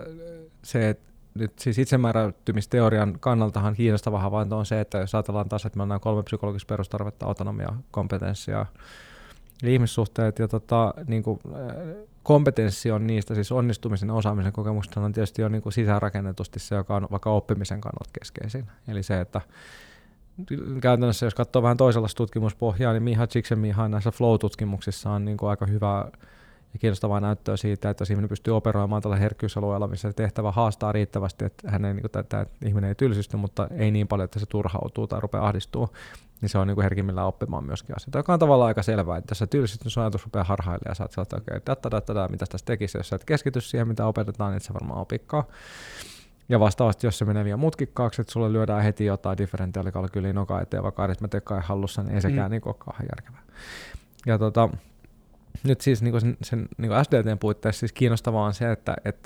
se, että nyt siis itsemääräytymisteorian kannaltahan kiinnostava havainto on se, että jos ajatellaan taas, että meillä on 3 psykologista perustarvetta, autonomia, kompetenssia ja ihmissuhteet, ja niin kuin, kompetenssi on niistä, siis onnistumisen ja osaamisen kokemuksesta on tietysti jo niin kuin sisäänrakennetusti se, joka on vaikka oppimisen kannalta keskeisin. Eli se, että käytännössä jos katsoo vähän toisenlaista tutkimuspohjaa, niin Miha Csikszentmihalyi näissä flow-tutkimuksissa on niin kuin aika hyvä ja kiinnostavaa näyttöä siitä, että jos ihminen pystyy operoimaan tällä herkkyysalueella, missä se tehtävä haastaa riittävästi, että että ihminen ei tylsisty, mutta ei niin paljon, että se turhautuu tai rupeaa ahdistumaan, niin se on niin kuin herkimmillään oppimaan myöskin asioita, joka on tavallaan aika selvää, että jos sä tylsistyt, niin sun ajatus rupeaa harhailemaan ja sä oot sieltä, okei, mitä tässä tekisi, jos sä et keskity siihen, mitä opetetaan, niin et sä varmaan opikkaa. Ja vastaavasti, jos se menee liian mutkikkaaksi, että sulle lyödään heti jotain differentiaalikalkyyliin nokaa eteen, vaikka aritmetiikka ei hallussa, niin ei sekään niin ole kauhean järkevää. Ja nyt siis sen SDT:n puitteissa siis kiinnostavaa on se,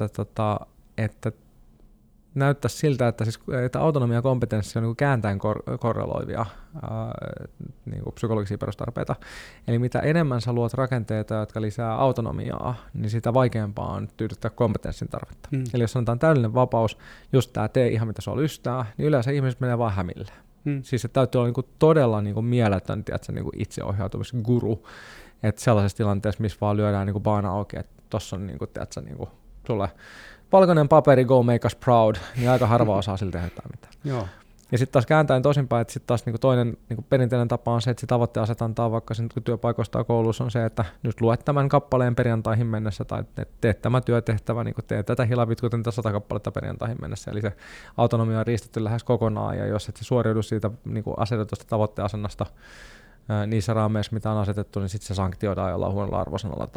että näyttäisi siltä, että autonomia ja kompetenssi on niin kääntäen korreloivia niin psykologisia perustarpeita. Eli mitä enemmän sä luot rakenteita, jotka lisää autonomiaa, niin sitä vaikeampaa on tyydyttää kompetenssin tarvetta. Eli jos sanotaan täydellinen vapaus, just tämä tee ihan mitä sua lystää, niin yleensä ihmiset menee vaan hämille. Siis se täytyy olla todella mieletön itseohjautumisguru, että sellaisessa tilanteessa, missä vaan lyödään baana auki, että tossa on sulle valkoinen paperi, go make us proud, niin aika harva osaa sillä tehdä mitään. Joo. Ja sitten taas kääntäen toisinpäin, että sitten taas toinen perinteinen tapa on se, että se tavoitteen asetantaa vaikka sen työpaikoista koulussa on se, että nyt luet tämän kappaleen perjantaihin mennessä tai teet tämä työtehtävä, teet tätä hilavitkutinta 100 kappaletta perjantaihin mennessä. Eli se autonomia on riistetty lähes kokonaan ja jos et se suoriudu siitä asetetusta tavoitteen asennasta niissä raameissa, mitä on asetettu, niin sitten se sanktioidaan jollain huonolla arvosanalla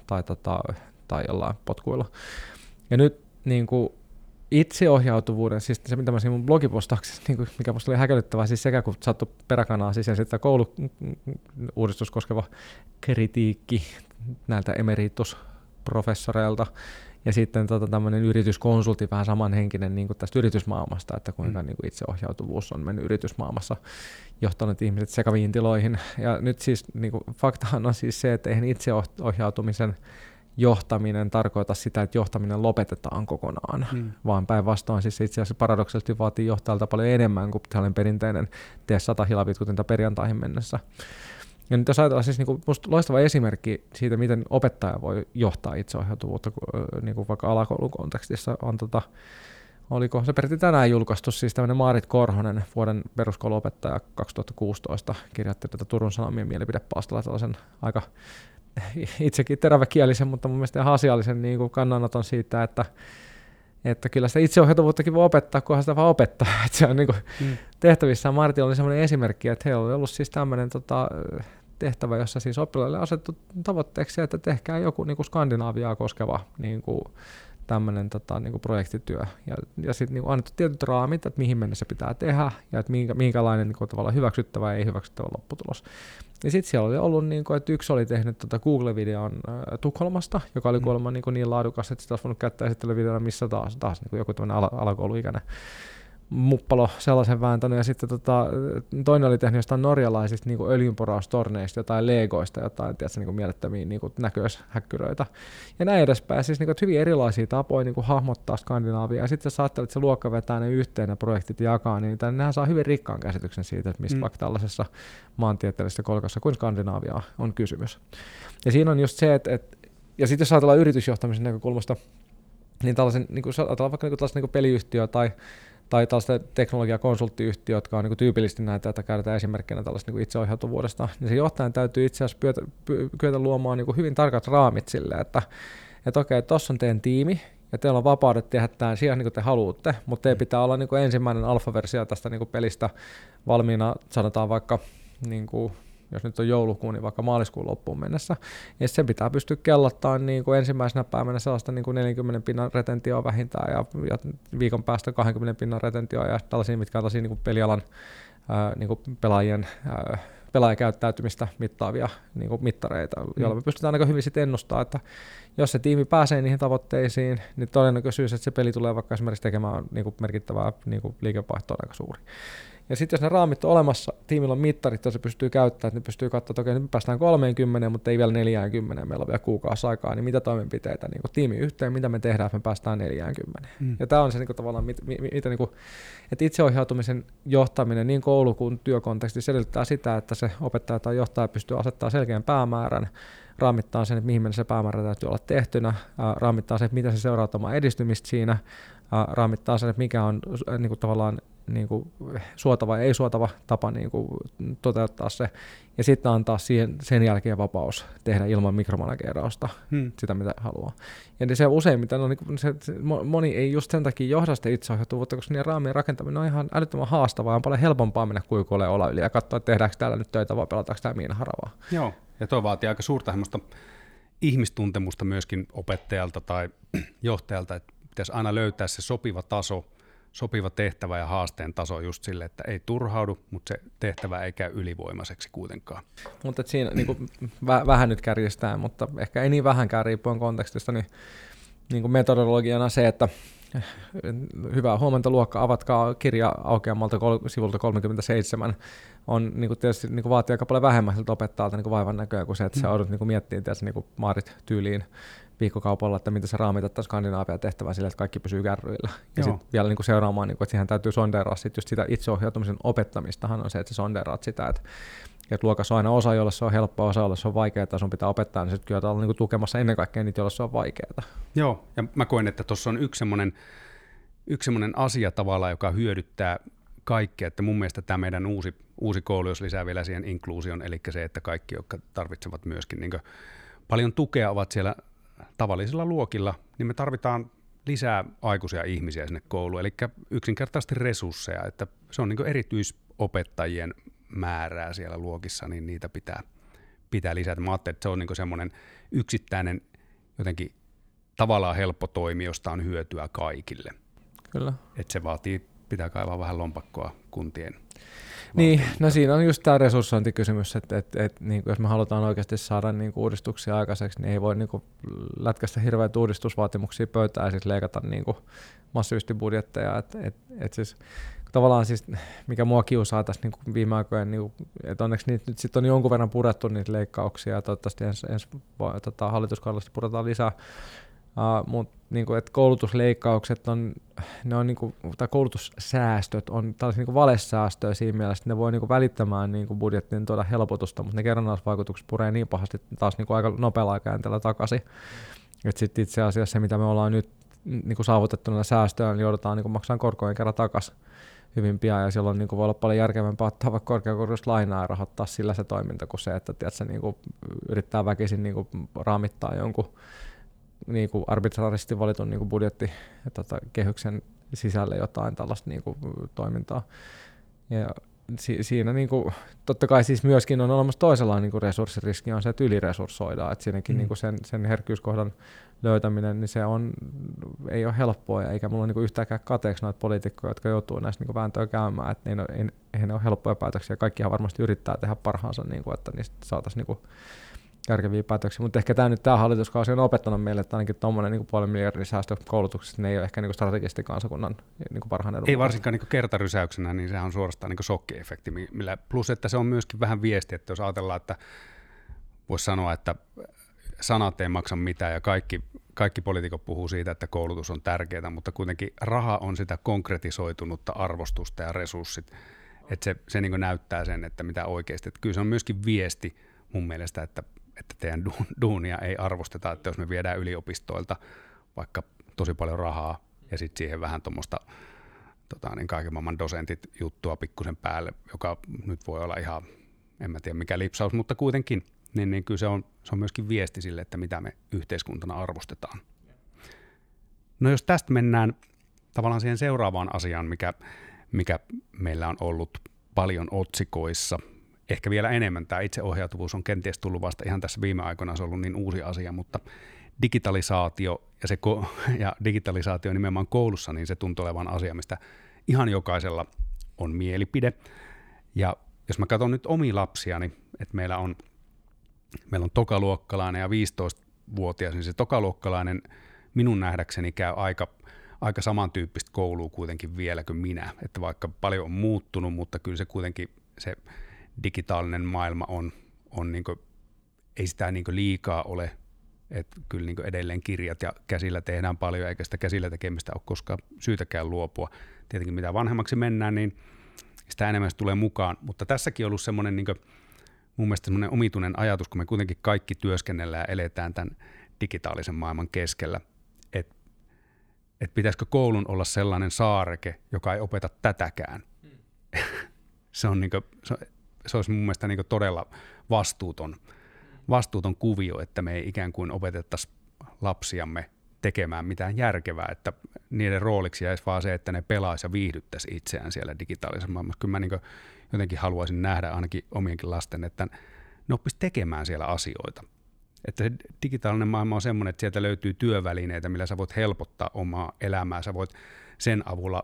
tai jollain potkuilla. Ja nyt itseohjautuvuuden, siis se mitä mä siinä mun blogipostauksessa, mikä musta oli häkellyttävää, siis sekä kun sattui peräkanaa sisään sitten koulu-uudistus koskeva kritiikki näiltä emeritusprofessoreilta, ja sitten tämmöinen yrityskonsultti vähän samanhenkinen niin kuin tästä yritysmaailmasta, että kuinka niin kuin itseohjautuvuus on mennyt yritysmaailmassa johtanut ihmiset sekaviin tiloihin. Ja nyt siis niin kuin, faktahan on siis se, että eihän itseohjautumisen johtaminen tarkoita sitä, että johtaminen lopetetaan kokonaan, vaan päinvastoin siis itse asiassa paradoksaalisesti vaatii johtajalta paljon enemmän kuin tällainen perinteinen tee 100 hilavitkutinta perjantaihin mennessä. Ja nyt jos ajatellaan siis musta loistava esimerkki siitä, miten opettaja voi johtaa itseohjautuvuutta niin vaikka alakoulun kontekstissa on oliko se peräti tänään julkaistu, siis tämmöinen Maarit Korhonen, vuoden peruskouluopettaja 2016, kirjoitti tätä Turun Sanomien mielipidepalstalla tällaisen aika itsekin teräväkielisen, mutta mun mielestä ihan asiallisen niin kuin kannanoton siitä, että kyllä sitä itseohjautuvuuttakin voi opettaa, kunhan sitä vaan opettaa. Että se on niin kuin tehtävissä. Martilla oli semmoinen esimerkki, että heillä oli ollut siis tämmöinen tehtävä, jossa siis oppilaille asettu tavoitteeksi, että tehkää joku niin kuin Skandinaaviaa koskeva niin kuin tämmöinen niin kuin projektityö. Ja sitten niin annettu tietyt raamit, että mihin mennessä pitää tehdä ja että minkälainen niin kuin tavallaan hyväksyttävä ja ei hyväksyttävä lopputulos. Ja sitten siellä oli ollut, niin kuin, että yksi oli tehnyt Google-videon Tukholmasta, joka oli kuulemma niin laadukas, että sitä olisi voinut käyttää esittelyvideona missä taas niin kuin joku tämmöinen alakouluikäinen. muppalo sellaisen vääntänyt, ja sitten toinen oli tehnyt jostain norjalaisista niin öljynporaustorneista, jotain legoista, jotain niin mielettömiä niin näköishäkkyröitä. Ja näin edespäin. Siis niin hyvin erilaisia tapoja niin hahmottaa Skandinaavia, ja sitten sä ajattelet, että se luokka vetää ne yhteen ne projektit jakaa, niin nehän saa hyvin rikkaan käsityksen siitä, että mistä vaikka tällaisessa maantieteellisessä kolkassa kuin Skandinaavia on kysymys. Ja siinä on just se, että ja sitten jos ajatellaan yritysjohtamisen näkökulmasta, niin tällaisen, niin ajatellaan vaikka niin peliyhtiö tai tällaista teknologiakonsulttiyhtiö, jotka on niin tyypillisesti näitä, että käytetään esimerkkinä tällaista niin itseohjautuvuudesta, niin se johtajan täytyy itse asiassa kyetä luomaan niin hyvin tarkat raamit sille, että okei, tuossa on teidän tiimi, ja teillä on vapaudet tehdä tämän siihen, niin kuin te haluatte, mutta teidän pitää olla niin ensimmäinen alfaversio tästä niin pelistä valmiina, sanotaan vaikka niin kuin, jos nyt on joulukuun, niin vaikka maaliskuun loppuun mennessä, ja sen pitää pystyä kellottamaan niin kuin ensimmäisenä päivänä sellaista niin kuin 40 pinnan retentioa vähintään, ja viikon päästä 20 pinnan retentioa, ja tällaisia, mitkä on tällaisia niin kuin pelialan niin kuin pelaajakäyttäytymistä mittaavia niin kuin mittareita, joilla me pystytään aika hyvin sitten ennustamaan, että jos se tiimi pääsee niihin tavoitteisiin, niin todennäköisyys, että se peli tulee vaikka esimerkiksi tekemään niin kuin merkittävää niin kuin liikevaihtoa aika suuri. Ja sitten jos ne raamit on olemassa, tiimillä on mittarit, joita se pystyy käyttämään, että ne pystyy katsomaan, että okei, nyt me päästään 30, mutta ei vielä 40, meillä on vielä kuukausi aikaa, niin mitä toimenpiteitä niin tiimi yhteen, mitä me tehdään, että me päästään 40. Ja tämä on se niin kuin, tavallaan, mitä, niin kuin, että itseohjautumisen johtaminen niin koulu- kuin työkontekstissa edellyttää sitä, että se opettaja tai johtaja pystyy asettamaan selkeän päämäärän, raamittaa sen, että mihin mennessä se päämäärä täytyy olla tehtynä, raamittaa sen, että mitä se seuraa omaa edistymistä siinä, raamittaa sen, että mikä on niin kuin, tavallaan niin kuin suotava ja ei suotava tapa niin kuin toteuttaa se, ja sitten antaa siihen sen jälkeen vapaus tehdä ilman mikromanagerausta sitä, mitä haluaa. Ja se useimmiten on, niin moni ei just sen takia johda sitä itseohjautuvuutta, koska niiden raamien rakentaminen on ihan älyttömän haastavaa, ja on paljon helpompaa mennä kuikuille olla yli ja katsoa, että tehdäänkö täällä nyt töitä vai pelataanko täällä miinaharavaa. Joo, ja tuo vaatii aika suurta ihmistuntemusta myöskin opettajalta tai johtajalta, että pitäisi aina löytää se sopiva taso, sopiva tehtävä ja haasteen taso just sille, että ei turhaudu, mutta se tehtävä ei käy ylivoimaiseksi kuitenkaan. Mutta siinä niin kuin, vähän nyt kärjistää, mutta ehkä ei niin vähänkään riippuen kontekstista, niin kuin metodologiana se, että hyvää huomenta luokka, avatkaa kirja aukeamalta sivulta 37, on niin kuin tietysti niin kuin vaatii aika paljon vähemmän siltä opettajalta niin vaivan näköä kuin se, että sä joudut niin miettimään niin kuin maarit tyyliin viikkokaupalla, että miten sä raamitataan Skandinaavia tehtävää sille, että kaikki pysyy kärryillä. Ja sitten vielä niin kuin seuraamaan, niin kuin, että siihen täytyy sondeeraa sit just sitä itseohjautumisen opettamistahan on se, että sä sondeeraat sitä, että luokassa on aina osa, jolle se on helppoa, osa, jolle se on vaikeaa, sun pitää opettaa, niin sitten kyllä olla niin kuin tukemassa ennen kaikkea niitä, joille se on vaikeaa. Joo, ja mä koen, että tuossa on yksi semmoinen asia tavallaan, joka hyödyttää kaikkea, että mun mielestä tämä meidän uusi koulu, jos lisää vielä siihen inkluusion, eli se, että kaikki, jotka tarvitsevat myöskin niin kuin paljon tukea, ovat siellä tavallisilla luokilla, niin me tarvitaan lisää aikuisia ihmisiä sinne kouluun, eli yksinkertaisesti resursseja, että se on niin kuin erityisopettajien määrää siellä luokissa, niin niitä pitää lisätä. Mä ajattelin, että se on niin kuin semmoinen yksittäinen jotenkin tavallaan helppo toimi, josta on hyötyä kaikille. Kyllä. Että se pitää kaivaa vähän lompakkoa kuntien. Niin, no siinä on just tämä resurssointikysymys, että niin jos me halutaan oikeasti saada niin uudistuksia aikaiseksi, niin ei voi niin lätkästä hirveät uudistusvaatimuksia pöytään ja siis leikata niin massiivisesti budjetteja. Siis, tavallaan siis, mikä mua kiusaa tässä niin viime aikoina, niin että onneksi nyt sit on jonkun verran purettu niitä leikkauksia ja toivottavasti ensi hallituskaudella puretaan lisää. Mutta niinku, koulutusleikkaukset on niinku, tai koulutussäästöt on tällaisia niinku valesäästöjä siinä mielessä, että ne voi niinku välittämään niinku budjettiin tuoda helpotusta, mutta ne kerrannaisvaikutukset puree niin pahasti taas niinku aika nopealla aikajanteella takaisin. Että sitten itse asiassa se, mitä me ollaan nyt niinku saavutettu näillä säästöillä, niin joudutaan niinku maksamaan korkojen kerran takaisin hyvin pian, ja silloin niinku voi olla paljon järkevämpää ottaa vaikka korkeakorkoista lainaa ja rahoittaa sillä se toiminta kuin se, että tiedätkö, niinku, yrittää väkisin niinku raamittaa jonkun niinku arbitraaristi valitun niinku budjetti kehyksen sisälle jotain tällaista niinku toimintaa. Ja siinä niinku, totta kai siis myöskin on olemassa toisenlainen niinku resurssiriski, on se, että yliresurssoidaan, että siinäkin niinku sen herkkyyskohdan löytäminen, niin se ei ole helppoa, eikä mulla ole niinku yhtäänkään kateeksi noita poliitikkoja, jotka joutuu näistä niinku vääntöä käymään, että eihän ne ole helppoja päätöksiä, kaikkihan varmasti yrittää tehdä parhaansa, niinku, että niistä saataisiin niinku järkeviä päätöksiä, mutta ehkä tämä hallituskausi on opettanut meille, että ainakin tuommoinen niin 500 miljardin säästö koulutuksesta, ne ei ole ehkä niin strategisesti kansakunnan niin parhaan edun. Ei varsinkaan niin kertarysäyksenä, niin sehän on suorastaan niin shokkiefekti, plus että se on myöskin vähän viesti, että jos ajatellaan, että voisi sanoa, että sanat ei maksa mitään ja kaikki poliitikot puhuu siitä, että koulutus on tärkeää, mutta kuitenkin raha on sitä konkretisoitunutta arvostusta ja resurssit, että se niin näyttää sen, että mitä oikeasti. Että kyllä se on myöskin viesti mun mielestä, että teidän duunia ei arvosteta, että jos me viedään yliopistoilta vaikka tosi paljon rahaa ja sitten siihen vähän tuommoista niin kaiken maailman dosentit juttua pikkusen päälle, joka nyt voi olla ihan, en mä tiedä mikä lipsaus, mutta kuitenkin, niin kyllä se on myöskin viesti sille, että mitä me yhteiskuntana arvostetaan. No jos tästä mennään tavallaan siihen seuraavaan asiaan, mikä meillä on ollut paljon otsikoissa, ehkä vielä enemmän tämä itseohjautuvuus on kenties tullut vasta ihan tässä viime aikoina, se on ollut niin uusi asia, mutta digitalisaatio ja digitalisaatio nimenomaan koulussa, niin se tuntuu olevan asia, mistä ihan jokaisella on mielipide. Ja jos mä katson nyt omia lapsiani, että meillä on tokaluokkalainen ja 15-vuotias, niin se tokaluokkalainen minun nähdäkseni käy aika samantyyppistä koulua kuitenkin vielä kuin minä, että vaikka paljon on muuttunut, mutta kyllä se kuitenkin se digitaalinen maailma on niin kuin, ei sitä niin kuin liikaa ole, että kyllä niin kuin edelleen kirjat ja käsillä tehdään paljon, eikä sitä käsillä tekemistä ole koskaan syytäkään luopua. Tietenkin mitä vanhemmaksi mennään, niin sitä enemmän se tulee mukaan, mutta tässäkin on ollut semmoinen niin kuin, mun mielestä semmoinen omituinen ajatus, kun me kuitenkin kaikki työskennellään ja eletään tämän digitaalisen maailman keskellä, että pitäisikö koulun olla sellainen saareke, joka ei opeta tätäkään. Se olisi mun mielestä niin kuin todella vastuuton kuvio, että me ei ikään kuin opetettaisi lapsiamme tekemään mitään järkevää, että niiden rooliksi jäisi vaan se, että ne pelaisi ja viihdyttäisi itseään siellä digitaalisessa maailmassa. Kyllä mä niin kuin jotenkin haluaisin nähdä ainakin omienkin lasten, että ne oppisi tekemään siellä asioita. Että se digitaalinen maailma on semmoinen, että sieltä löytyy työvälineitä, millä sä voit helpottaa omaa elämää, sä voit sen avulla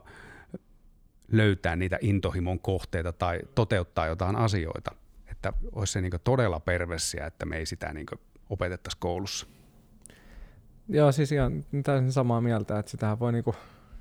löytää niitä intohimon kohteita tai toteuttaa jotain asioita. Että olisi se niin kuin todella perversiä, että me ei sitä niin kuin opetettaisi koulussa. Joo, siis ihan täysin samaa mieltä, että sitähän voi niin kuin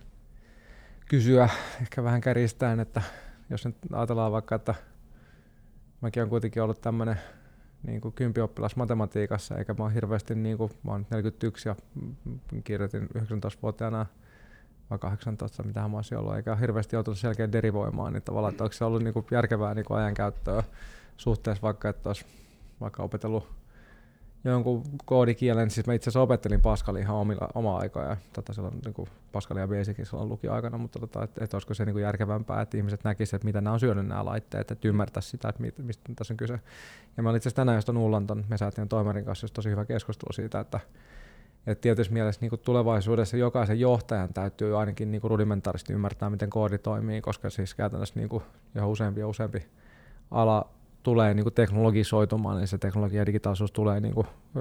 kysyä ehkä vähän kärjistäen, että jos nyt ajatellaan vaikka, että mäkin olen kuitenkin ollut tämmöinen niin kuin 10-oppilas matematiikassa, eikä mä oon hirveästi, niin kuin, mä oon 41 ja kirjoitin 19-vuotiaana vai 18, mitähän mä olisin ollut, eikä ole hirveästi joutunut selkeä derivoimaan, niin tavallaan, että onko se ollut niin kuin järkevää niin kuin ajankäyttöä suhteessa vaikka, että olisi vaikka opetellut jonkun koodikielen, siis mä itse asiassa opettelin Pascalin ihan omaa aikaa ja silloin niin Pascalia ja Basicin silloin luki-aikana, mutta että olisiko se niin kuin järkevämpää, että ihmiset näkisivät, että mitä nämä on syönyt nämä laitteet, että ymmärtäisi sitä, että mistä tässä on kyse. Ja mä olin itse asiassa tänään just Ullan ton Mesäätiön toimarin kanssa just tosi hyvä keskustelu siitä, että tietyssä mielessä niin tulevaisuudessa jokaisen johtajan täytyy ainakin niin rudimentaarisesti ymmärtää, miten koodi toimii, koska siis käytännössä niin yhä useampi ala tulee niin teknologisoitumaan, niin se teknologia ja digitaalisuus tulee niin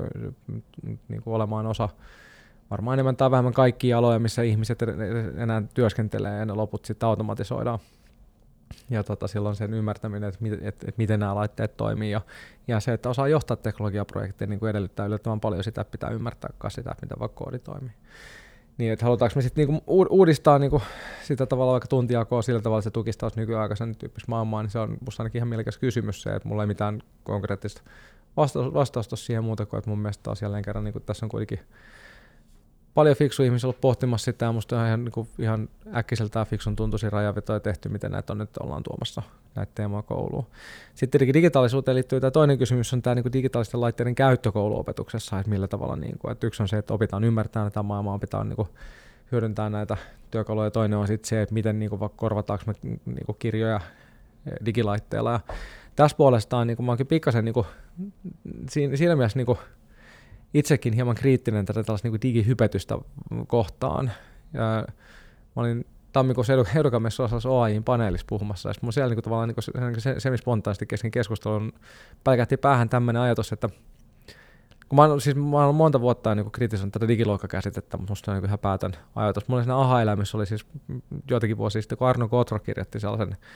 kuin olemaan osa varmaan enemmän tai vähemmän kaikkia aloja, missä ihmiset enää työskentelee ja ne loput sitten automatisoidaan. Ja silloin sen ymmärtäminen, että miten nämä laitteet toimii ja se, että osaa johtaa teknologiaprojekteja, niin kuin edellyttää yllättävän paljon sitä, että pitää ymmärtää sitä, miten vaikka koodi toimii. Niin, että halutaanko me sitten niinku uudistaa niinku sitä tavalla vaikka tuntijakoa sillä tavalla, että se tukistaisi nykyaikaisen tyyppistä maailmaa, niin se on musta ainakin ihan mielekäs kysymys se, että mulla ei mitään konkreettista vastausta siihen muuta kuin, että mun mielestä taas jälleen kerran niin tässä on kuitenkin paljon fiksuja ihmisiä ollut pohtimassa sitä, ja musta on ihan äkkiseltään fiksun tuntuisia rajanvetoja tehty, miten näitä on nyt ollaan tuomassa näitä teemoja kouluun. Sitten tietenkin digitaalisuuteen liittyy tämä toinen kysymys, on tämä niin digitaalisten laitteiden käyttö kouluopetuksessa, että millä tavalla, niin kuin, että yksi on se, että opitaan ymmärtää näitä maailmaa, opitaan niin kuin hyödyntää näitä työkaluja, ja toinen on sitten se, että miten niin kuin, vaikka korvataanko me niin kuin kirjoja digilaitteilla. Ja tässä puolestaan niin kuin, mä oonkin pikkasen niin kuin, siinä mielessä niin kuin, itsekin hieman kriittinen tätä tällaista niin kuin digihypetystä kohtaan. Ja mä olin tammikuussa Educa-messuilla OAJ:n paneelissa puhumassa, ja mun siellä niin tavallaan niin semispontaisesti kesken keskustelun pälkähti päähän tämmöinen ajatus, että kun mä olen monta vuotta niin kritisoinut tätä digiloikkakäsitettä, mutta musta on niin ihan päätön ajatus. Mulla oli siinä aha-elämys, oli siis joitakin vuosia sitten, kun Arno Gotro kirjoitti sellaisen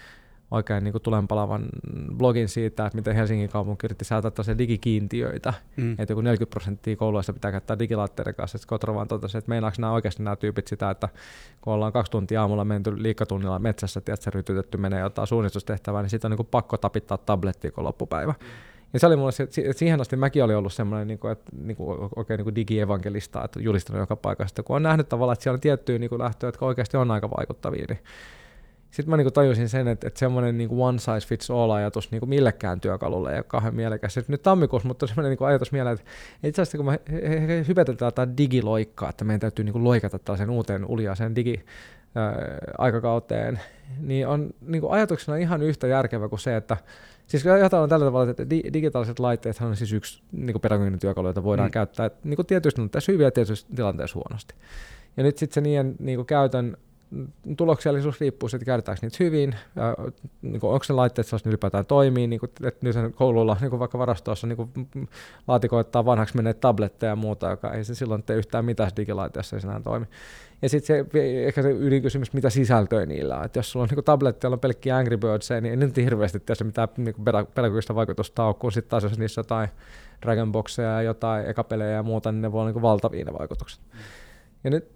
oikein niin kuin tulenpalavan blogin siitä, että miten Helsingin kaupunki yritti säätää tällaisia digikiintiöitä, että joku 40% kouluista pitää käyttää digilaitteiden kanssa. Sitten Kotra vaan totesi, että meinaako nämä tyypit sitä, että kun ollaan 2 tuntia aamulla menty liikkatunnilla metsässä, tiedätkö, rytytetty menee jotain suunnistustehtävää, niin sitten on niin kuin pakko tapittaa tablettia kun loppupäivä. Ja se oli mulle, siihen asti mäkin olin ollut semmoinen oikein digievankelista, että julistanut joka paikassa, kun on nähnyt tavallaan, että siellä on tiettyjä lähtöjä, jotka oikeasti on aika vaikuttavia, niin sitten mä tajusin sen, että semmoinen one size fits all ajatus millekään työkalulle ei ole kauhean mielekäs. Nyt tammikuussa, mutta semmoinen ajatus mieleen, että itse asiassa kun me hypetetään tätä digiloikkaa, että meidän täytyy loikata tällaisen uuteen uljaaseen aikakauteen, niin on ajatuksena ihan yhtä järkevä kuin se, että siis ajatellaan tällä tavalla, että digitaaliset laitteethan on siis yksi pedagoginen työkalu, jota voidaan käyttää tietyissä tilanteissa hyviä ja tietyissä tilanteissa huonosti. Ja nyt sitten se niiden käytön tuloksellisuus riippuu siitä, että käytetäänkö niitä hyvin, onko ne laitteet sellaista ylipäätään toimii, että nyt koululla vaikka varastossa laatikoittaa vanhaksi menneet tabletteja ja muuta, joka ei se silloin tee yhtään mitään digilaitteessa, ei se enää toimi. Ja sitten ehkä se ydinkysymys, mitä sisältöä niillä on. Että jos sulla on tabletti, jolla on pelkkiä Angry Birdsia, niin ei nyt hirveästi tiedä mitään pedagogista vaikutusta on, kun sitten taas jos niissä jotain Dragonboxeja ja jotain ekapelejä ja muuta, niin ne voi olla valtavia ne vaikutukset. Ja nyt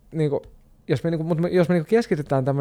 jos me keskitytään tämä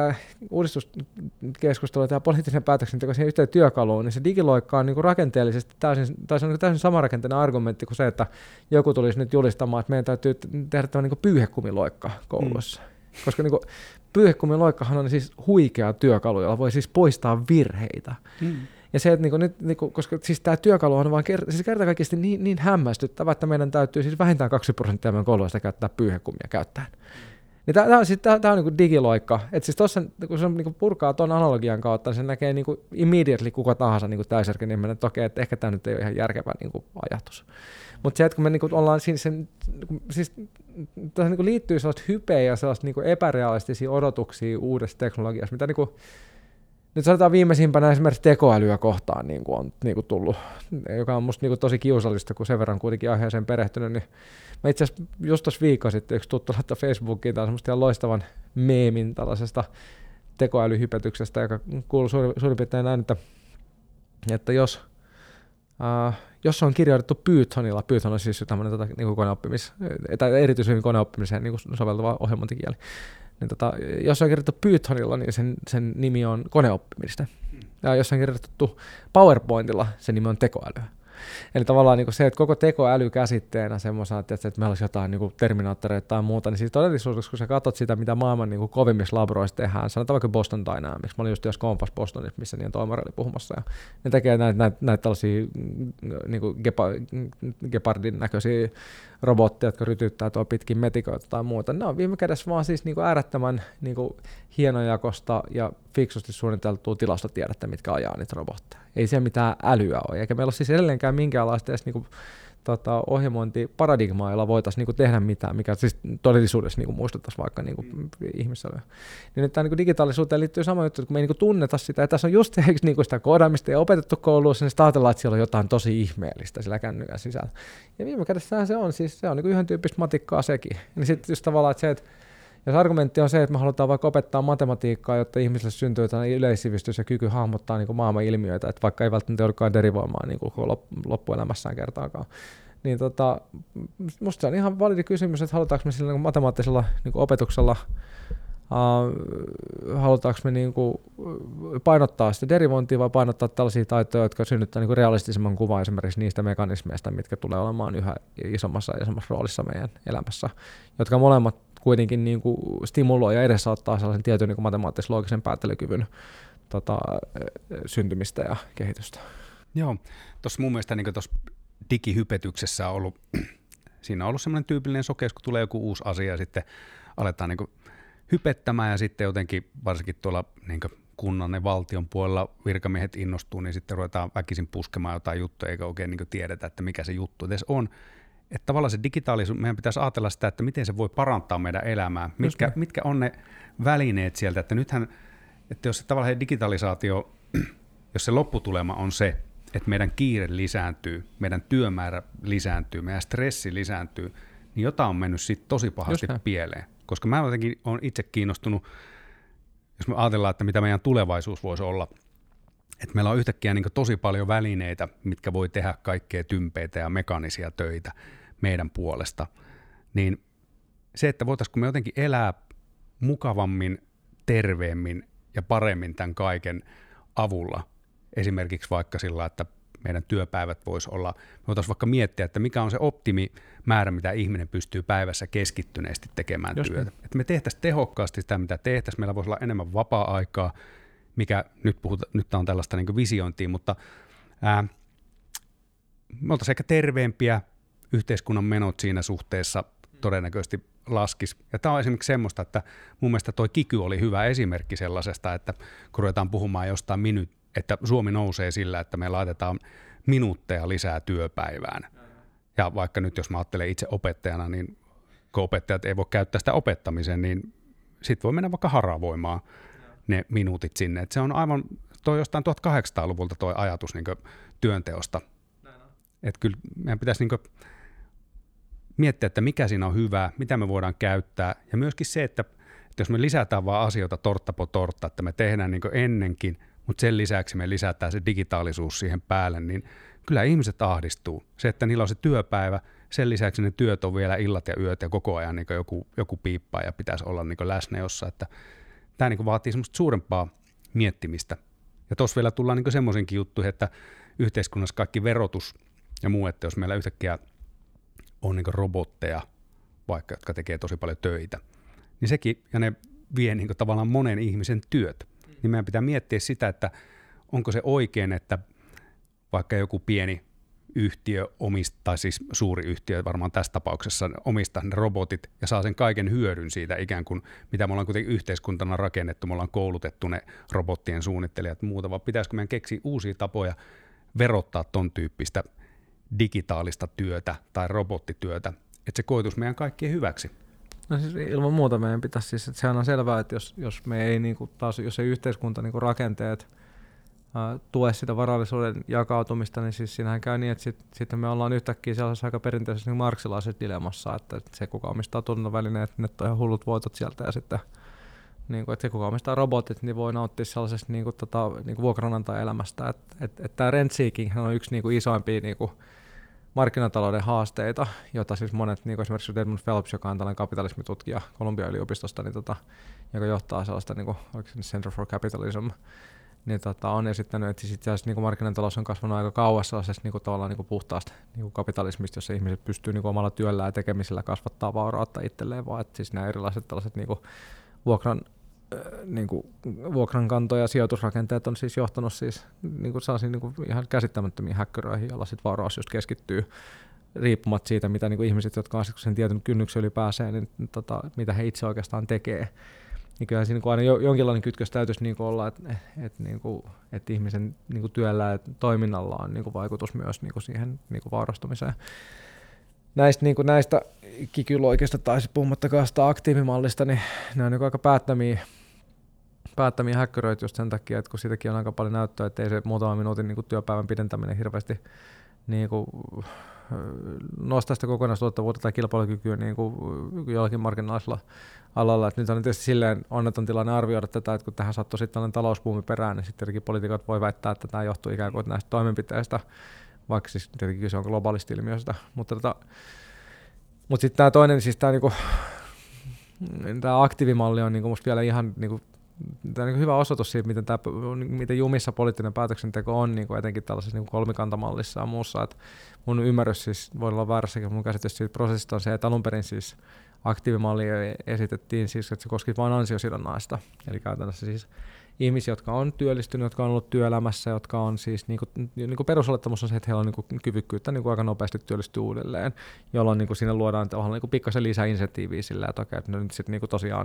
uudistuskeskustelu ja poliittisen päätöksentekoon siihen yhteen työkaluun, niin se digiloikka on rakenteellisesti täysin samarakenteinen argumentti kuin se, että joku tulisi nyt julistamaan, että meidän täytyy tehdä tämä pyyhekumiloikka koulussa. Koska pyyhekumiloikkahan on siis huikea työkalu, jolla voi siis poistaa virheitä. Ja se, että koska siis tämä työkalu on vaan kertakaikkisesti niin hämmästyttävä, että meidän täytyy siis vähintään 2% meidän kouluista käyttää pyyhekumia käyttäen. Niin tämä on digiloikka. Että siis tuossa, kun se purkaa tuon analogian kautta, niin se näkee immediately kuka tahansa täysjärkinen ihminen, että okei, että ehkä tämä nyt ei ole ihan järkevä ajatus. Mutta se, että kun me ollaan siis tässä liittyy sellaista hypeä ja sellaista epärealistisia odotuksia uudesta teknologiasta, mitä nyt sanotaan viimeisimpänä esimerkiksi tekoälyä kohtaan on tullut, joka on musta tosi kiusallista, kun sen verran kuitenkin aiheeseen perehtynyt. Niin mä itse asiassa just tuossa viikko sitten yksi tuttu laittaa Facebookiin tai semmoista ihan loistavan meemin tällaisesta tekoälyhypetyksestä, joka kuuluu suurin piirtein näin, että jos on kirjoitettu Pythonilla, Python on siis tämmöinen tai erityisen hyvin koneoppimiseen soveltuva ohjelmointikieli, niin jos on kirjoitettu Pythonilla, niin sen nimi on koneoppimista. Ja jos on kirjoitettu PowerPointilla, sen nimi on tekoälyä. Eli tavallaan se, että koko tekoäly käsitteenä semmoisena, että meillä olisi jotain terminaattoreita tai muuta, niin siis todellisuudessa, kun sä katsot sitä, mitä maailman kovimmissa labroissa tehdään, sanotaan vaikka Boston Dynamics, mä olin just Compass Bostonissa, missä niiden toimari oli puhumassa, ja ne tekee näitä tällaisia Gepardin näköisiä robotteja, jotka rytyttää tuolla pitkin metikoita tai muuta. Ne on viime kädessä vaan siis äärettömän hienojakosta ja fiksusti suunniteltua tilastotiedettä, mitkä ajaa niitä robotteja. Ei siellä mitään älyä ole, eikä meillä ole siis edelleenkään minkäänlaista edes ohjelmointiparadigmaa, jolla voitaisiin tehdä mitään, mikä siis todellisuudessa muistuttaisi vaikka ihmiselle. Niin nyt tämä digitaalisuuteen liittyy sama juttu, että kun me ei tunneta sitä, ja tässä on just sitä koodaamista ja opetettu koulussa, niin sitten ajatellaan, että siellä on jotain tosi ihmeellistä sillä kännykän sisällä. Ja viime kädessä se on yhden tyyppistä matikkaa sekin. Niin sitten just tavallaan, että se, että jos argumentti on se, että me halutaan vaikka opettaa matematiikkaa, jotta ihmisille syntyy yleissivistys ja kyky hahmottaa maailman ilmiöitä, että vaikka ei välttämättä joudukaan derivoimaan loppuelämässään kertaakaan. Niin musta se on ihan validi kysymys, että halutaanko me sillä matemaattisella opetuksella, halutaanko me painottaa sitä derivointia vai painottaa tällaisia taitoja, jotka synnyttää realistisemman kuvan esimerkiksi niistä mekanismeista, mitkä tulee olemaan yhä isommassa roolissa meidän elämässä, jotka molemmat kuitenkin stimuloi ja edesauttaa sellaisen tietyn matemaattis-loogisen päättelykyvyn syntymistä ja kehitystä. Joo, tuossa mun mielestä tuossa digihypetyksessä on ollut, siinä on ollut semmoinen tyypillinen sokeus, kun tulee joku uusi asia ja sitten aletaan hypettämään ja sitten jotenkin varsinkin tuolla kunnan ja valtion puolella virkamiehet innostuu, niin sitten ruvetaan väkisin puskemaan jotain juttuja eikä oikein tiedetä, että mikä se juttu edes on. Että tavallaan se digitaalisuus, meidän pitäisi ajatella sitä, että miten se voi parantaa meidän elämää, mitkä on ne välineet sieltä, että nythän, että jos se tavallaan digitalisaatio, jos se lopputulema on se, että meidän kiire lisääntyy, meidän työmäärä lisääntyy, meidän stressi lisääntyy, niin jotain on mennyt siitä tosi pahasti pieleen. Koska mä jotenkin olen itse kiinnostunut, jos me ajatellaan, että mitä meidän tulevaisuus voisi olla, että meillä on yhtäkkiä niin kuin tosi paljon välineitä, mitkä voi tehdä kaikkea tympeitä ja mekaanisia töitä meidän puolesta, niin se, että voitaisiinko me jotenkin elää mukavammin, terveemmin ja paremmin tämän kaiken avulla, esimerkiksi vaikka sillä, että meidän työpäivät voisi olla, me voitaisiin vaikka miettiä, että mikä on se optimimäärä, mitä ihminen pystyy päivässä keskittyneesti tekemään työtä. Niin. Että me tehtäisiin tehokkaasti sitä, mitä tehtäisiin, meillä voisi olla enemmän vapaa-aikaa, mikä nyt on tällaista niin kuin visiointia, mutta me oltaisiin ehkä terveempiä, yhteiskunnan menot siinä suhteessa todennäköisesti laskisi. Ja tämä on esimerkiksi semmoista, että mun mielestä toi Kiky oli hyvä esimerkki sellaisesta, että kun ruvetaan puhumaan jostain että Suomi nousee sillä, että me laitetaan minuutteja lisää työpäivään. Ja vaikka nyt jos mä ajattelen itse opettajana, niin kun opettajat ei voi käyttää sitä opettamiseen, niin sit voi mennä vaikka haravoimaan ne minuutit sinne. Et se on aivan, toi jostain 1800-luvulta toi ajatus niin työnteosta. Että kyllä meidän pitäisi niin miettiä, että mikä siinä on hyvää, mitä me voidaan käyttää. Ja myöskin se, että jos me lisätään vaan asioita tortta po tortta, että me tehdään niin ennenkin, mutta sen lisäksi me lisätään se digitaalisuus siihen päälle, niin kyllä ihmiset ahdistuu. Se, että niillä on se työpäivä, sen lisäksi ne työt on vielä illat ja yöt ja koko ajan niin joku piippaa ja pitäisi olla niin läsnä jossa, että tämä niin vaatii semmoista suurempaa miettimistä. Ja tuossa vielä tullaan niin semmoisenkin juttuihin, että yhteiskunnassa kaikki verotus ja muu, että jos meillä yhtäkkiä on niin robotteja, vaikka jotka tekee tosi paljon töitä, niin sekin, ja ne vie niin tavallaan monen ihmisen työt. Niin meidän pitää miettiä sitä, että onko se oikein, että vaikka joku pieni yhtiö tai siis suuri yhtiö varmaan tässä tapauksessa omistaa ne robotit ja saa sen kaiken hyödyn siitä ikään kuin, mitä me ollaan kuitenkin yhteiskuntana rakennettu, me ollaan koulutettu ne robottien suunnittelijat ja muuta, vaan pitäisikö meidän keksiä uusia tapoja verottaa ton tyyppistä digitaalista työtä tai robottityötä, että se koituisi meidän kaikkien hyväksi. No siis ilman muuta meidän pitäisi siis, että sehän on selvää, että jos me ei niinku taas, jos ei yhteiskunta niinku rakenteet tue sitä varallisuuden jakautumista, niin siis siinähän käy niin, että sitten me ollaan yhtäkkiä sellaisessa aika perinteisessä niin marksilaisessa dilemmassa, että se kuka omistaa tuotantovälineet, ne on ihan hullut voitot sieltä ja sitten että se kuka omistaa robotit, niin voi nauttia sellaisesta vuokranantajan elämästä, että tämä rent seeking on yksi isoimpia markkinatalouden haasteita, jota siis monet, esimerkiksi Edmund Phelps, joka on tällainen kapitalismitutkija Columbian yliopistosta, joka johtaa sellaista Center for Capitalism, niin on esittänyt, että siis itse asiassa markkinatalous on kasvanut aika kauas sellaisesta tavallaan puhtaasta kapitalismista, jossa ihmiset pystyy omalla työllä ja tekemisellä kasvattaa vaurautta itselleen, vaan että siis nämä erilaiset tällaiset vuokrankanto- ja sijoitusrakenteet on siis johtanut siis ihan käsittämättömiin häkkyröihin, jolla sit vauraus just keskittyy riippumatta siitä, mitä ihmiset, jotka on sen tietyn kynnyksen yli pääsee, niin mitä he itse oikeastaan tekee. Niin kyllähän siinä aina jonkinlainen kytkös täytyisi olla, että ihmisen työllä ja toiminnalla on vaikutus myös siihen vaurastumiseen. Näistä kikyloikista tai puhumattakaan sitä aktiivimallista, niin ne on aika päättämiä häkkyröitä just sen takia, että kun siitäkin on aika paljon näyttöä, että ei se muutaman minuutin työpäivän pidentäminen hirveästi nostaa sitä kokonaistuottavuutta tai kilpailukykyä jollakin markkinaalisella alalla. Et nyt on tietysti silleen onneton tilanne arvioida tätä, että kun tähän sattui sitten tällainen talousbuumi perään, niin sitten tietenkin poliitikot voi väittää, että tämä johtuu ikään kuin näistä toimenpiteistä, vaikka siis tietenkin se on globaalisti ilmiöstä. Mutta sitten tämä toinen, siis tämä aktiivimalli on musta vielä ihan tämä on hyvä osoitus siitä, miten jumissa poliittinen päätöksenteko on etenkin tällaisessa kolmikantamallissa ja muussa. Et mun ymmärrys siis voi olla väärässäkin, mun käsitys siitä prosessista on se, että alun perin siis aktiivimalli esitettiin siis, että se koski vain ansiosidonnaista. Eli käytännössä siis ihmisiä, jotka on työllistynyt, jotka on ollut työelämässä, jotka on siis perusolettamus on se, että heillä on kyvykkyyttä aika nopeasti työllistyä uudelleen, jolloin siinä luodaan pikkasen lisää insentiiviä sillä, että okei, että nyt sitten tosiaan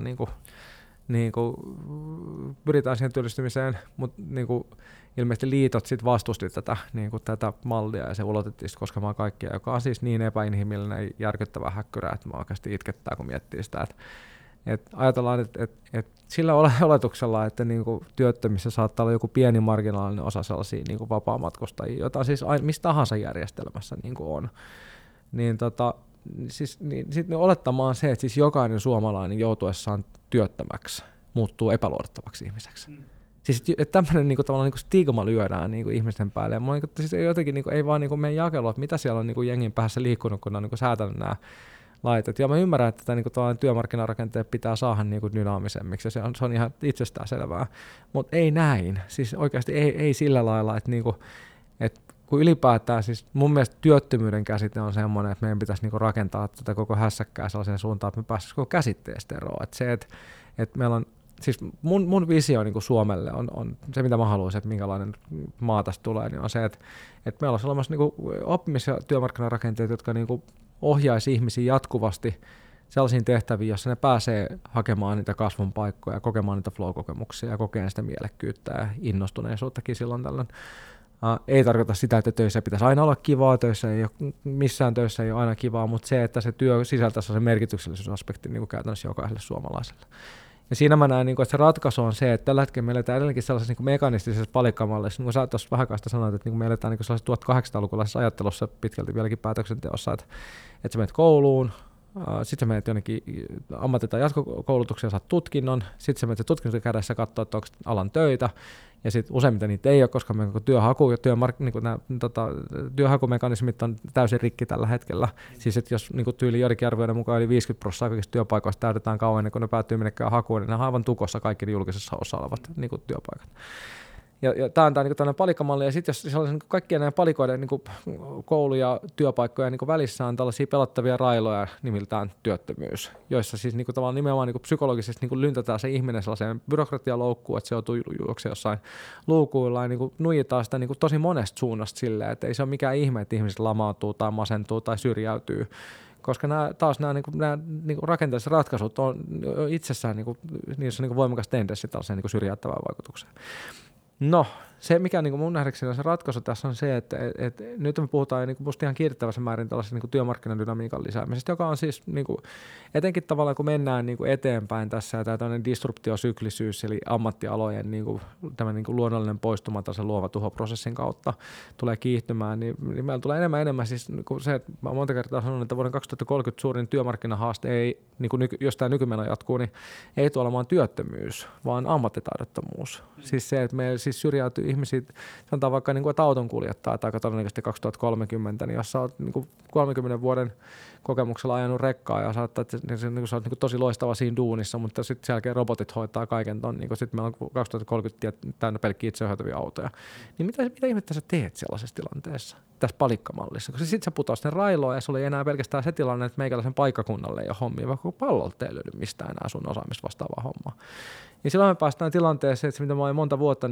pyritään siihen työllistymiseen, mutta ilmeisesti liitot sit vastusti tätä mallia ja se ulotettiin koskemaan kaikkia, joka on siis niin epäinhimillinen ja järkyttävä häkkyrä, että mä oikeasti itkettää, kun miettii sitä. Että ajatellaan, että sillä oletuksella, että työttömissä saattaa olla joku pieni marginaalinen osa sellaisia vapaamatkustajia, jota siis missä tahansa järjestelmässä on, niin sitten olettamaan se, että siis jokainen suomalainen joutuessaan työttömäksi muuttuu epäluotettavaksi ihmiseksi. Siis että tämmöinen niinku, tavallaan niinku stigma lyödään niinku, ihmisten päälle. Ja mulla siis jotenkin niinku, ei vaan niinku, meidän jakelu, että mitä siellä on niinku, jengin päässä liikkunut, kun ne on niinku, säätänyt nämä laitet. Ja mä ymmärrän, että niinku, työmarkkinarakenteet pitää saada niinku, dynaamisemmiksi, ja se on ihan itsestään selvää. Mutta ei näin. Siis oikeasti ei sillä lailla, että niinku, kun ylipäätään siis mun mielestä työttömyyden käsite on semmoinen, että meidän pitäisi niinku rakentaa tätä koko hässäkkää sellaiseen suuntaan, että me päästäisiin koko käsitteestä eroon. Että se, että meillä on, siis mun visio niinku Suomelle on se, mitä mä haluaisin, että minkälainen maa tästä tulee, niin on se, että meillä on olemassa niinku oppimis- ja työmarkkinarakenteet, jotka niinku ohjaisi ihmisiä jatkuvasti sellaisiin tehtäviin, jossa ne pääsee hakemaan niitä kasvun paikkoja, kokemaan niitä flow-kokemuksia ja kokeen sitä mielekkyyttä ja innostuneisuuttakin silloin tällöin. Ei tarkoita sitä, että töissä pitäisi aina olla kivaa, missään töissä ei ole aina kivaa, mutta se, että se työ sisältää se merkityksellisyysaspekti niin kuin käytännössä jokaiselle suomalaiselle. Ja siinä mä näen, että se ratkaisu on se, että tällä hetkellä me eletään edelleenkin sellaisessa niin mekanistisessa palikkamallissa, niin kuin sä tuossa vähän kanssa sanoit, että me eletään niin sellaisessa 1800-lukulaisessa ajattelussa pitkälti vieläkin päätöksenteossa, että sä menet kouluun, sitten sä menet jonnekin ammatti- tai jatkokoulutukseen, saat tutkinnon, sitten sä menet tutkinnon kädessä katsoa, että onko alan töitä, ja sitten useimmiten niitä ei ole, koska meidän työhaku ja työhakumekanismit on täysin rikki tällä hetkellä. Siis että jos niin tyyli joidenkin arvioiden mukaan yli 50% kaikista työpaikoista täydetään kauan ennen kuin ne päättyy minnekään hakuun, niin ne on aivan tukossa kaikki julkisessa osa olevat niin työpaikat. Ja tämä on tämä niin palikkamalli, ja sitten jos niin kaikkien näiden palikoiden niin koulu- ja työpaikkoja niin välissä on tällaisia pelottavia railoja nimiltään työttömyys, joissa siis niin tavallaan nimenomaan niin psykologisesti niin lyntätään se ihminen sellaiseen byrokratialoukkuun, että se joutuu juoksemaan jossain luukuilla ja niin nuijitaan sitä niin tosi monesta suunnasta silleen, että ei se ole mikään ihme, että ihmiset lamautuu tai masentuu tai syrjäytyy. Koska nämä rakenteelliset ratkaisut on itsessään, niissä on voimakas tendenssi tällaiseen syrjäyttävään vaikutukseen. No, se mikä niin mun nähdäkseni on se ratkaisu tässä on se, että nyt me puhutaan niin musta ihan kiitettävässä määrin tällaisen niin työmarkkinadynamiikan lisäämisestä, joka on siis niin etenkin tavallaan kun mennään niin eteenpäin tässä ja tämä tämmöinen disruptiosyklisyys eli ammattialojen tämä luonnollinen poistuma tällaisen luova tuhoprosessin kautta tulee kiihtymään, niin meillä tulee enemmän siis se, että mä monta kertaa sanon, että vuoden 2030 suurin työmarkkinahaaste ei, jos tämä nykymeno jatkuu, niin ei tule olemaan työttömyys, vaan ammattitaidottomuus. Siis se, että meillä siis syrjäytyy ihmisiä, sanotaan vaikka että auton kuljettaa tai aika todennäköisesti 2030, niin jos sä oot 30 vuoden kokemuksella ajanut rekkaa ja saattaa, että sä oot tosi loistava siinä duunissa, mutta sitten sen jälkeen robotit hoitaa kaiken ton, sitten meillä on 2030 täynnä pelkkiä itseohjautuvia autoja. Niin mitä ihmettä sä teet sellaisessa tilanteessa, tässä palikkamallissa? Koska sitten sä putoat sinne railoon ja sulla ei enää pelkästään se tilanne, että meikäläisen paikkakunnalle ei ole hommia, vaikka pallolta ei löydy mistään enää sun osaamista vastaavaa hommaa. Niin silloin me päästään tilanteeseen, että mitä mä olen monta vuotta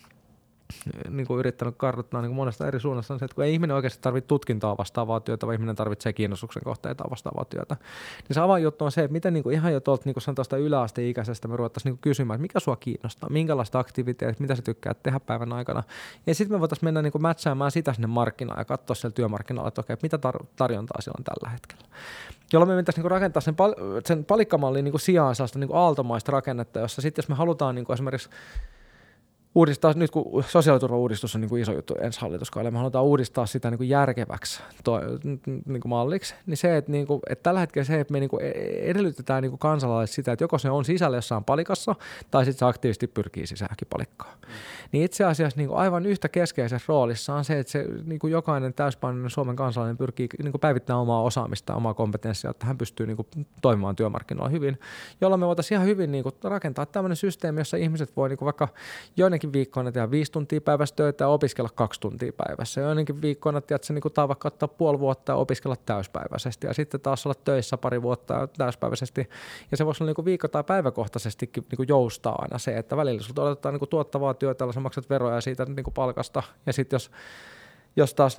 yrittänyt kartoittaa monesta eri suunnasta on se, että kun ei ihminen oikeasti tarvitse tutkintoa vastaavaa työtä, vaan ihminen tarvitsee kiinnostuksen kohteita vastaavaa työtä. Niin se avainjuttu on se, että miten ihan jo tuolta sanotaan yläasteikäisestä me ruvettaisiin kysymään, että mikä sua kiinnostaa, minkälaista aktiviteettia, mitä sä tykkäät tehdä päivän aikana. Ja sitten me voitaisiin mennä mätsäämään sitä sinne markkinaan ja katsoa siellä työmarkkinoilla, että okei, mitä tarjontaa siellä on tällä hetkellä. Jolloin me mentäisiin rakentaa sen palikkamallin sijaan sellaista aaltomaista rakennetta, jossa sitten jos me halutaan esimerkiksi uudistaa, nyt kun sosiaaliturvauudistus on iso juttu ensi hallituskaudella, me halutaan uudistaa sitä järkeväksi malliksi, niin se, että tällä hetkellä se, että me edellytetään kansalaisille sitä, että joko se on sisällä jossain palikassa, tai sitten se aktiivisesti pyrkii sisäänkin palikkaan. Niin itse asiassa aivan yhtä keskeisessä roolissa on se, että se jokainen täyspainoinen Suomen kansalainen pyrkii päivittämään omaa osaamista, omaa kompetenssia, että hän pystyy toimimaan työmarkkinoilla hyvin, jolloin me voitaisiin ihan hyvin rakentaa tämmöinen systeemi, jossa ihmiset voi vaikka joidenkin viikkoina tehdä 5 tuntia päivässä töitä ja opiskella 2 tuntia päivässä. Joidenkin viikkoina tai vaikka ottaa puoli vuotta ja opiskella täyspäiväisesti ja sitten taas olla töissä pari vuotta täyspäiväisesti. Ja se voisi olla viikko- tai päiväkohtaisestikin joustaa aina se, että välillä sulta odotetaan tuottavaa työtä, jolla sä maksat veroja siitä palkasta. Ja sitten jos taas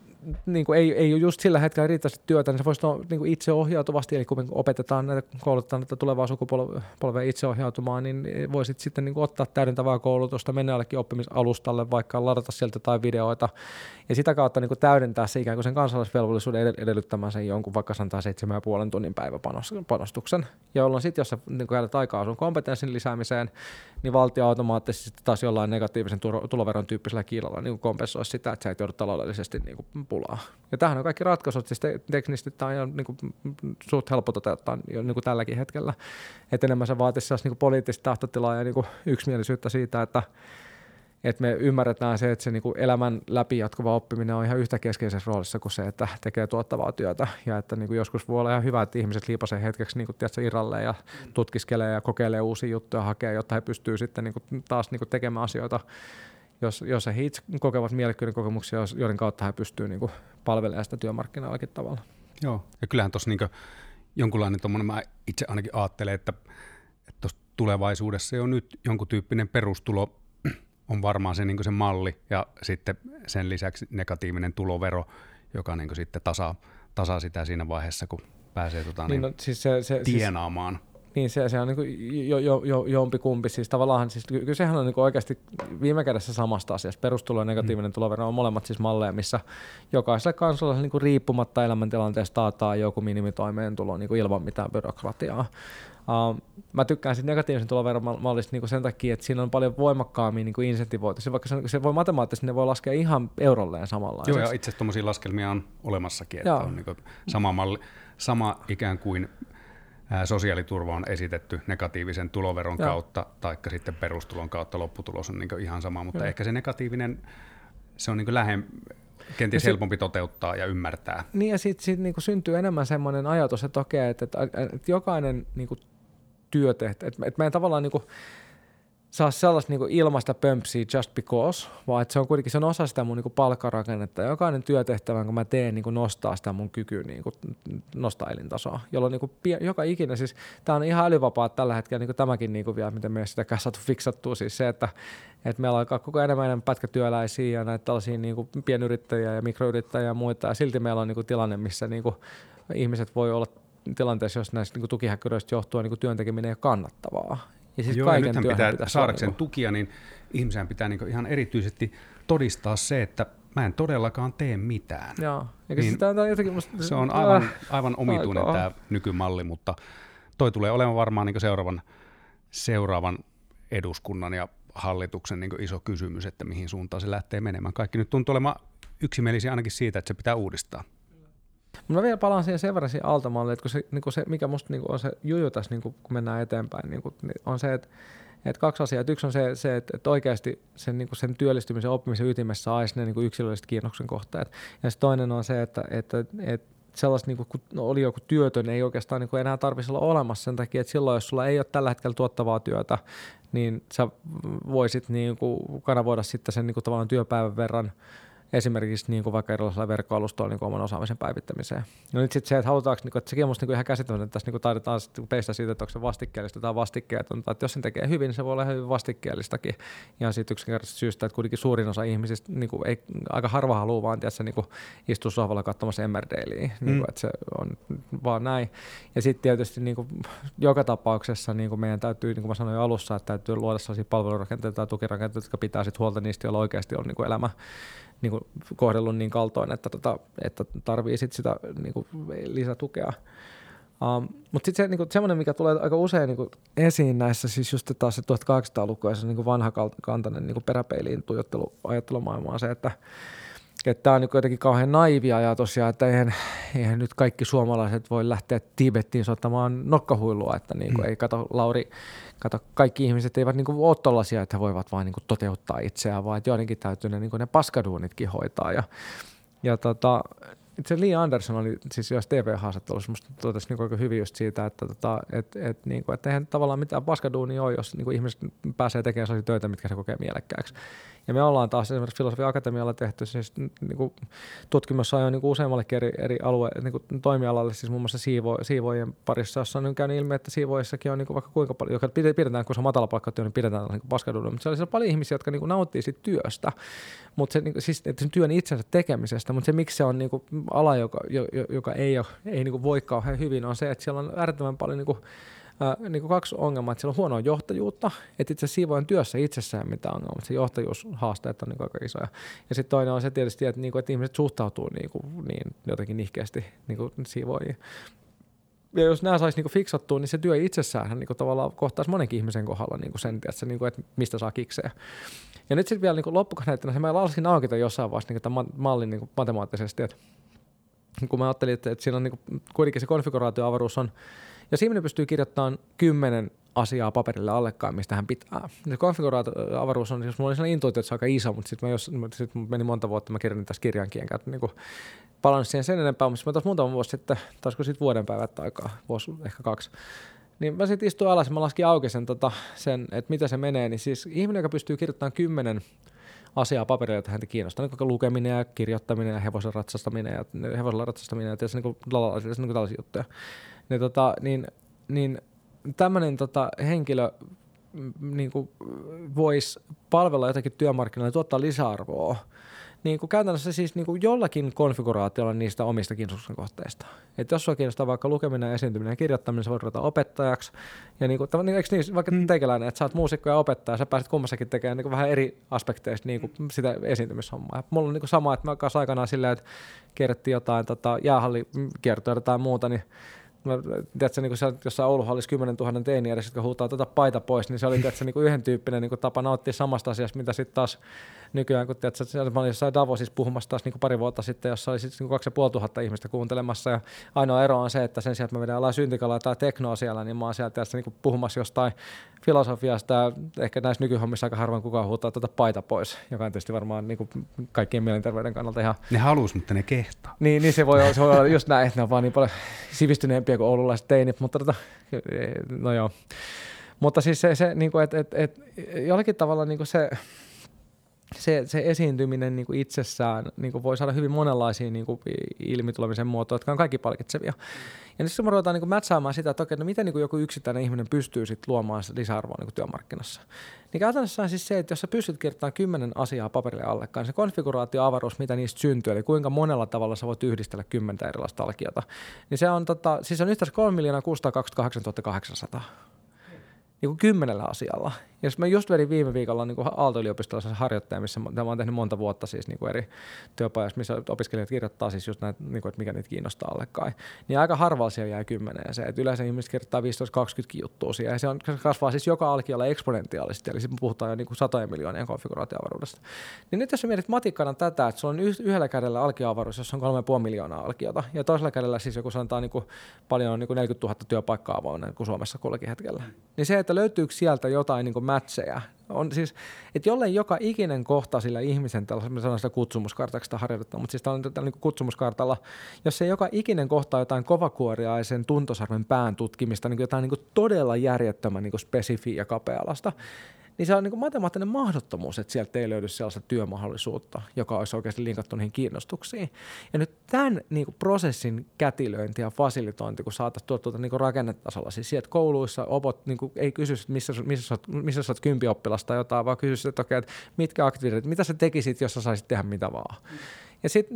ei just sillä hetkellä riittävästi työtä, niin se voisi olla itseohjautuvasti, eli kun me koulutetaan näitä tulevaa sukupolvea itseohjautumaan, niin voisit sitten ottaa täydentävää koulutusta, mennä jollekin oppimisalustalle, vaikka ladata sieltä jotain videoita, ja sitä kautta täydentää se ikään kuin sen kansalaisvelvollisuuden edellyttämään sen jonkun vaikka sanotaan 7,5 tunnin päiväpanostuksen, jolloin sitten jos sä käytät aikaa sun kompetenssin lisäämiseen, niin valtio automaattisesti taas jollain negatiivisen tuloveron tyyppisellä kiilalla kompensoisi sitä, että sä et joudu taloudellisesti työvoimapulaa. Ja tämähän on kaikki ratkaisut, siis teknisesti tämä on ihan niin kuin, suht helppo toteuttaa jo niin kuin tälläkin hetkellä. Että enemmän se vaatisi niin kuin poliittista tahtotilaa ja niin kuin yksimielisyyttä siitä, että me ymmärretään se, että se niin kuin elämän läpi jatkuva oppiminen on ihan yhtä keskeisessä roolissa kuin se, että tekee tuottavaa työtä. Ja että niin kuin joskus voi olla ihan hyvä, että ihmiset liipasee hetkeksi niin kuin, tiedätkö, irralleen ja tutkiskelee ja kokeilee uusia juttuja hakee, jotta he pystyvät sitten niin kuin, taas niin kuin tekemään asioita, jos he itse kokevat mielekkyyden kokemuksia, joiden kautta he pystyvät niin kuin palvelemaan sitä työmarkkinoillakin tavalla. Joo, ja kyllähän tuossa niin jonkunlainen tuommoinen, mä itse ainakin ajattelen, että tuossa tulevaisuudessa jo nyt jonkun tyyppinen perustulo on varmaan se, niin se malli, ja sitten sen lisäksi negatiivinen tulovero, joka niin sitten tasaa sitä siinä vaiheessa, kun pääsee tienaamaan. Niin se on niin jompikumpi, siis tavallaan siis kyllä sehän on niin oikeasti viime kädessä samasta asiasta. Perustulo ja negatiivinen tulovero on molemmat siis malleja, missä jokaiselle kansalaiselle niin riippumatta elämäntilanteesta taataan joku minimitoimeentulo niin ilman mitään byrokratiaa. Mä tykkään siitä negatiivisen tuloveron mallista niin sen takia, että siinä on paljon voimakkaammin niin insentivoitu. Vaikka se voi matemaattisesti, ne voi laskea ihan eurolleen samanlaiseksi. Joo, ja itse asiassa tuommoisia laskelmia on olemassakin, että on niin sama malli, sama ikään kuin sosiaaliturva on esitetty negatiivisen tuloveron kautta, taikka sitten perustulon kautta lopputulos on niin ihan sama, mutta ehkä se negatiivinen, se on niin kenties helpompi toteuttaa ja ymmärtää. Niin, ja siitä niin syntyy enemmän semmoinen ajatus, että okei, että jokainen niin työtehtävä, että meidän tavallaan niin saa sellaista niin ilmaista pömpsiä just because, vaan että se on kuitenkin se on osa sitä mun niin palkkarakennetta. Jokainen työtehtävä, kun mä teen, niin nostaa sitä mun kykyä niin nostaa elintasoa, jolloin niin joka ikinä, siis tämä on ihan älyvapaa tällä hetkellä, niin tämäkin niin vielä, miten me ei sitäkään saatu fiksattua, siis se, että meillä alkaa koko ajan enemmän pätkätyöläisiä ja näitä tällaisia niin pienyrittäjiä ja mikroyrittäjiä ja muita, ja silti meillä on niin tilanne, missä niin ihmiset voi olla tilanteessa, jos näistä niin tukihäkkyröistä johtuen niin työn tekeminen ei ole kannattavaa. Ja siis joo, ja nythän pitää saadakseen tukia, niin ihmisen pitää niin ihan erityisesti todistaa se, että mä en todellakaan tee mitään. Joo. Niin se on aivan omituinen tämä nykymalli, mutta toi tulee olemaan varmaan niin seuraavan eduskunnan ja hallituksen niin iso kysymys, että mihin suuntaan se lähtee menemään. Kaikki nyt tuntuu olemaan yksimielisiä ainakin siitä, että se pitää uudistaa. Mä vielä palaan siihen verran siihen Aalto-malliin, että se, mikä musta on se juju tässä, kun mennään eteenpäin, on se, että kaksi asiaa. Yksi on se että oikeasti sen työllistymisen ja oppimisen ytimessä olisi ne yksilölliset kiinnoksen kohteet. Ja se toinen on se, että sellaista, kun oli joku työtön, ei oikeastaan enää tarvitsisi olla olemassa sen takia, että silloin, jos sulla ei ole tällä hetkellä tuottavaa työtä, niin sä voisit kanavoida sitten sen tavallaan työpäivän verran esimerkiksi niin kuin vaikka erilaisilla verkkoalustoilla niin oman osaamisen päivittämiseen. No nyt sitten se, että halutaanko, että sekin on musta ihan käsittämätöntä, että tässä taidetaan peistä siitä, että onko se vastikkeellista tai vastikkeetonta, että jos sen tekee hyvin, niin se voi olla hyvin vastikkeellistakin. Ihan siitä yksinkertaisesta syystä, että kuitenkin suurin osa ihmisistä ei, aika harva haluaa vaan istua sohvalla katsomassa Emmerdalea, että se on vaan näin. Ja sitten tietysti joka tapauksessa meidän täytyy, niin kuin mä sanoin jo alussa, että täytyy luoda sellaisia palvelurakenteita tai tukirakenteita, jotka pitää sit huolta niistä, joilla oikeasti on elämä kohdellut niin kaltoin, että tarvii sit sitä lisätukea. Mutta sitten se, semmoinen, mikä tulee aika usein esiin näissä, siis just taas se 1800-lukuisen vanhakantainen peräpeiliin ajattelumaailma on se, että tämä on jotenkin kauhean naivi ajatus, ja että eihän nyt kaikki suomalaiset voi lähteä Tiibettiin soittamaan nokkahuilua, että ei kato Lauri, kaikki ihmiset eivät ole tollaisia, että he voivat vain toteuttaa itseään, vaan että joidenkin täytyy ne paskaduunitkin hoitaa. Itse Lee Anderson oli siis jos TV-haastattelussa, musta totesi aika hyvin just siitä, että eihän tavallaan mitään paskaduunia ole, jos ihmiset pääsee tekemään sellaisia töitä, mitkä se kokee mielekkääksi. Ja me ollaan taas esimerkiksi Filosofian Akatemialla tehty siis tutkimussa on useammallekin eri toimialalle, siis muun muassa siivoojien parissa, jossa on käynyt ilmi, että siivoojissakin on vaikka kuinka paljon, joka pidetään, kun se on matalapalkkatyö, niin pidetään paskaduunia, mutta siellä on paljon ihmisiä, jotka nauttii siitä työstä, mutta siis sen työn itsensä tekemisestä, mutta se miksi se on ala, joka ei voi kauhean hyvin, on se, että siellä on äärettömän paljon kaksi ongelmaa, että siellä on huonoa johtajuutta, että itse siivoojan työssä itsessään mitään ongelmaa, mutta se johtajuushaasteet on aika isoja. Ja sitten toinen on se tietysti, että ihmiset suhtautuu niin jotenkin nihkeästi siivoojiin. ja jos nämä saisi niinku fiksattua, niin se työ itsessään niinku tavallaan kohtaisi monenkin ihmisen kohdalla niinku sen, että mistä saa kiksejä. Ja nyt sitten vielä niinku loppukaneettina, mä laskin auki jossain vaiheessa niinku tämän mallin niinku matemaattisesti, että kun mä ajattelin, että siinä on niinku, kuitenkin se konfiguraatioavaruus on, ja siinä pystyy kirjoittamaan 10 asiaa paperille allekkaan, mistä hän pitää. Se konfiguraatioavaruus on, jos mulla oli sellainen intuitio, että se on aika iso, mutta sitten meni monta vuotta, mä kirjoitin tässä kirjankin, enkä niinku palannut siihen sen enempää, mutta mä taas muutama vuosi sitten, taisiko sitten vuoden päivät aikaa, vuosi, ehkä 2, niin mä sitten istuin alas ja mä laskin auki sen, että mitä se menee, niin siis ihminen, joka pystyy kirjoittamaan 10 asiaa paperille, jota häntä kiinnostaa, niin lukeminen ja kirjoittaminen ja hevosella ratsastaminen ja tietysti niin tällaisia juttuja. Niin tämmöinen henkilö niin voisi palvella jotakin työmarkkinoilla ja tuottaa lisäarvoa. Niin kuin käytännössä siis niin kuin jollakin konfiguraatiolla niistä omista kiinnostuksen kohteista. Että jos sua kiinnostaa vaikka lukeminen, esiintyminen ja kirjoittaminen, sä voit ruveta opettajaksi. Ja niin kuin, eikö niin, vaikka teikäläinen, että sä oot muusikko ja opettaja, sä pääset kummassakin tekemään niin kuin vähän eri aspekteista niin kuin sitä esiintymishommaa. Ja mulla on niin kuin sama, että mä kanssa aikanaan silleen, että kierrettiin jotain jäähallikiertoja tai muuta, niin tiedätkö, niin jossain Ouluhallissa 10 000 teiniä edes, jotka huutaa paita pois, niin se oli tiedätkö, niin yhden tyyppinen niin tapa nauttia samasta asiasta, mitä sitten taas nykyään, kun tiedätkö, mä olin jossain Davosissa puhumassa taas niin pari vuotta sitten, jossa oli sitten 2500 ihmistä kuuntelemassa, ja ainoa ero on se, että sen sijaan, että me vedään ollaan syntikalaa tai teknoa siellä, niin mä oon siellä tiedätkö, niin puhumassa jostain filosofiasta, ja ehkä näissä nykyhommissa aika harvoin kukaan huutaa paita pois, joka on tietysti varmaan niin kaikkien mielenterveyden kannalta ihan... Ne halus, mutta ne kehtaa. Niin se voi olla just näin, että ne on vaan niin paljon sivistyneempiä kuin oululaiset teinit, mutta no joo. Mutta siis se niin kuin, että jollakin tavalla niin kuin se esiintyminen niin kuin itsessään niin kuin voi saada hyvin monenlaisia niin kuin ilmitulemisen muotoja, jotka on kaikki palkitsevia. Ja nyt kun me ruvetaan niin mätsäämään sitä, että okei, no miten niin kuin joku yksittäinen ihminen pystyy sit luomaan lisäarvoa niin kuin työmarkkinassa, niin käytännössä on siis se, että jos sä pystyt kirjoittamaan 10 asiaa paperille allekkaan, niin se konfiguraatioavaruus, mitä niistä syntyy, eli kuinka monella tavalla sä voit yhdistellä 10 erilaista alkiota, niin se on, siis on yhteensä 3 628 800. Niin kuin 10 asialla. Ja mä just vedin viime viikolla niin Aalto-yliopistolla harjoittaja, missä mä oon tehnyt monta vuotta siis niin kuin eri työpajassa, missä opiskelijat kirjoittaa siis just näitä, niin kuin, että mikä niitä kiinnostaa allekkaan. Niin aika harvalla siellä jää 10 se, että yleensä ihmiset kirjoittaa 15-20 juttua siihen, ja se kasvaa siis joka alkiolla eksponentiaalisesti, eli sitten puhutaan jo niin kuin 100 miljoonien konfiguraatioavaruudesta. Niin nyt jos sä mietit matikkana tätä, että sulla on yhdellä kädellä alkioavaruus, jossa on 3,5 miljoonaa alkiota, ja toisella kädellä siis joku sanotaan niin kuin paljon niin kuin 40 000 työpaikkaa avoinna kuin Suomessa kullakin hetkellä. Niin se, että löytyykö sieltä jotain niin kuin matcheja, on siis, että jollei joka ikinen kohta sillä ihmisen, me sanon sitä kutsumuskartaksi sitä harjoitetta, mutta siis tämä on niin kutsumuskartalla, jos ei joka ikinen kohta jotain kovakuoriaisen tuntosarven pään tutkimista, niin jotain niin todella järjettömän niin spesifiä ja kapea-alasta, niin se on niin matemaattinen mahdottomuus, että sieltä ei löydy sellaista työmahdollisuutta, joka olisi oikeasti linkattu niihin kiinnostuksiin. Ja nyt tämän niin prosessin kätilöinti ja fasilitointi, kun saataisiin tuolta niin rakennetasolla, siis sieltä kouluissa opot niin ei kysy, missä sä oot 10 oppilasta jotain, vaan kysy, että okei, että mitkä aktiviteetit, mitä sä tekisit, jos sä saisit tehdä mitä vaan. Ja sitten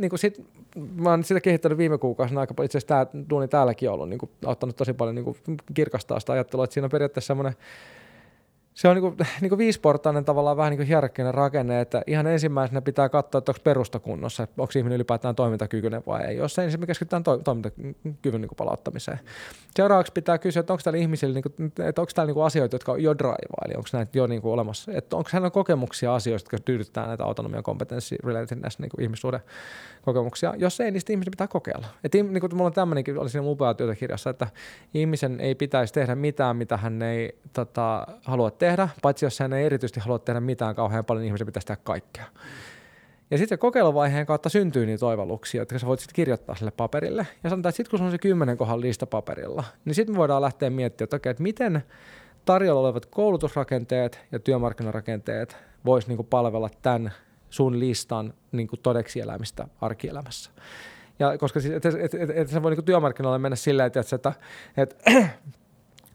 mä oon sitä kehittänyt viime kuukausina aika paljon, itse asiassa tämä duuni täälläkin on ollut, niin auttanut tosi paljon niin kirkastaa sitä ajattelua, että siinä on periaatteessa semmoinen, se on niin kuin viisiportainen tavallaan vähän niin kuin hierarkkinen rakenne, että ihan ensimmäisenä pitää katsoa, että onko perusta kunnossa, että onko ihminen ylipäätään toimintakykyinen vai ei. Jos ei, niin me keskitytään toimintakyvyn niin kuin palauttamiseen. Seuraavaksi pitää kysyä, että onko täällä ihmisillä, niin kuin, että onko täällä niin kuin asioita, jotka on jo draivaa, eli onko näitä jo niin kuin olemassa, että onko hänellä kokemuksia asioista, jotka tyydyttää näitä autonomian kompetenssi-relatedness niin ihmissuhde kokemuksia. Jos ei, niin sitten ihmisen pitää kokeilla. Että niin kuin mulla on tämmöinenkin, oli siinä upeaa työtäkirjassa, että ihmisen ei pitäisi tehdä mitään, mitä hän ei halua tehdä, paitsi jos hän ei erityisesti halua tehdä mitään kauhean paljon, ihmisen pitäisi tehdä kaikkea. Ja sitten kokeiluvaiheen kautta syntyy niitä oivalluksia, jotka sä voit sitten kirjoittaa sille paperille. Ja sanotaan, että sitten kun se on se 10 kohan lista paperilla, niin sitten me voidaan lähteä miettimään, että okei, että miten tarjolla olevat koulutusrakenteet ja työmarkkinarakenteet vois niinku palvella tämän sun listan niinku todeksi elämistä arkielämässä. Ja koska siis, et se voi niinku työmarkkinoille mennä silleen, että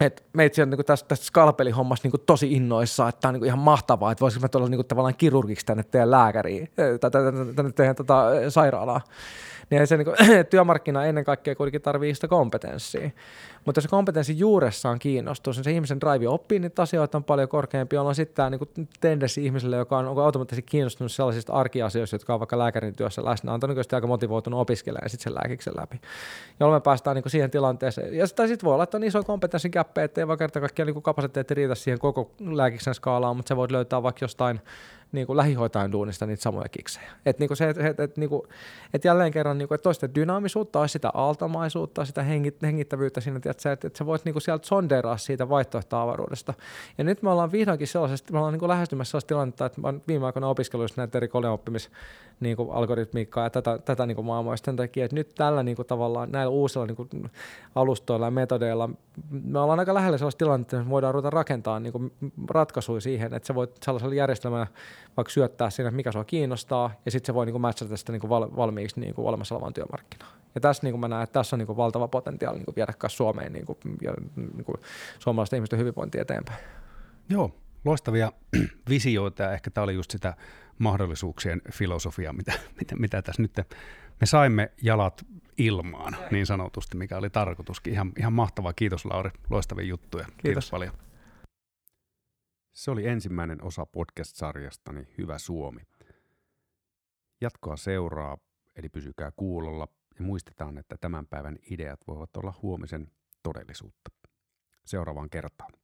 että meitä siellä niin tästä skalpelihommasta niin tosi innoissaan, että tämä on niin ihan mahtavaa, että voisiko mä tulla niin tavallaan kirurgiksi tänne teidän lääkäriin, tai tänne teidän sairaalaan. Niin se niin työmarkkina ennen kaikkea kuitenkin tarvitsee sitä kompetenssia. Mutta jos se kompetenssi juuressaan kiinnostuu, niin se ihmisen drive oppii niitä asioita on paljon korkeampi, jolloin sitten tämä niin tendenssi ihmiselle, joka on automaattisesti kiinnostunut sellaisista arkiasioista, jotka on vaikka lääkärin työssä läsnä, on todennäköisesti aika motivoitunut opiskelemaan sitten sen lääkiksen läpi. Jolloin me päästään niin siihen tilanteeseen. Ja sitten voi olla, että on iso kompetenssin käppeä, ettei vaan kerta kaikkiaan niin kapasiteetti riitä siihen koko lääkiksen skaalaan, mutta sä voit löytää vaikka jostain niin kuin lähihoitajan duunista niitä samoja kiksejä. Että niin et jälleen kerran, niin kuin, että toista dynaamisuutta, olisi sitä aaltomaisuutta, sitä hengittävyyttä siinä, että sä voit niin kuin sieltä sondeeraa siitä vaihtoehtoavaruudesta. Ja nyt me ollaan vihdoinkin sellaisesta, me ollaan niin kuin lähestymässä sellaista tilannetta, että mä oon viime aikoina opiskellut näitä eri koneoppimis niin kuin algoritmiikkaa ja tätä niin kuin maailmaa sen takia, että nyt tällä niin kuin tavallaan näillä uusilla niin kuin alustoilla ja metodeilla me ollaan aika lähellä sellaista tilannetta, että me voidaan ruveta rakentamaan niin kuin ratkaisuja siihen, että sä voit sellaisella järjestelmällä vaikka syöttää siinä, että mikä sua kiinnostaa, ja sitten se voi niin kuin matchata sitä niin kuin valmiiksi niin kuin olemassa olevaan työmarkkinaan. Ja tässä niin kuin mä näen, että tässä on niin kuin valtava potentiaali niin kuin viedä Suomeen niin kuin, ja niin kuin suomalaisten ihmisten hyvinvointia eteenpäin. Joo, loistavia visioita, ja ehkä tämä oli just sitä mahdollisuuksien filosofiaa, mitä tässä nyt me saimme jalat ilmaan niin sanotusti, mikä oli tarkoituskin. Ihan mahtavaa. Kiitos Lauri, loistavia juttuja. Kiitos paljon. Se oli ensimmäinen osa podcast-sarjastani Hyvä Suomi. Jatkoa seuraa, eli pysykää kuulolla ja muistetaan, että tämän päivän ideat voivat olla huomisen todellisuutta. Seuraavaan kertaan.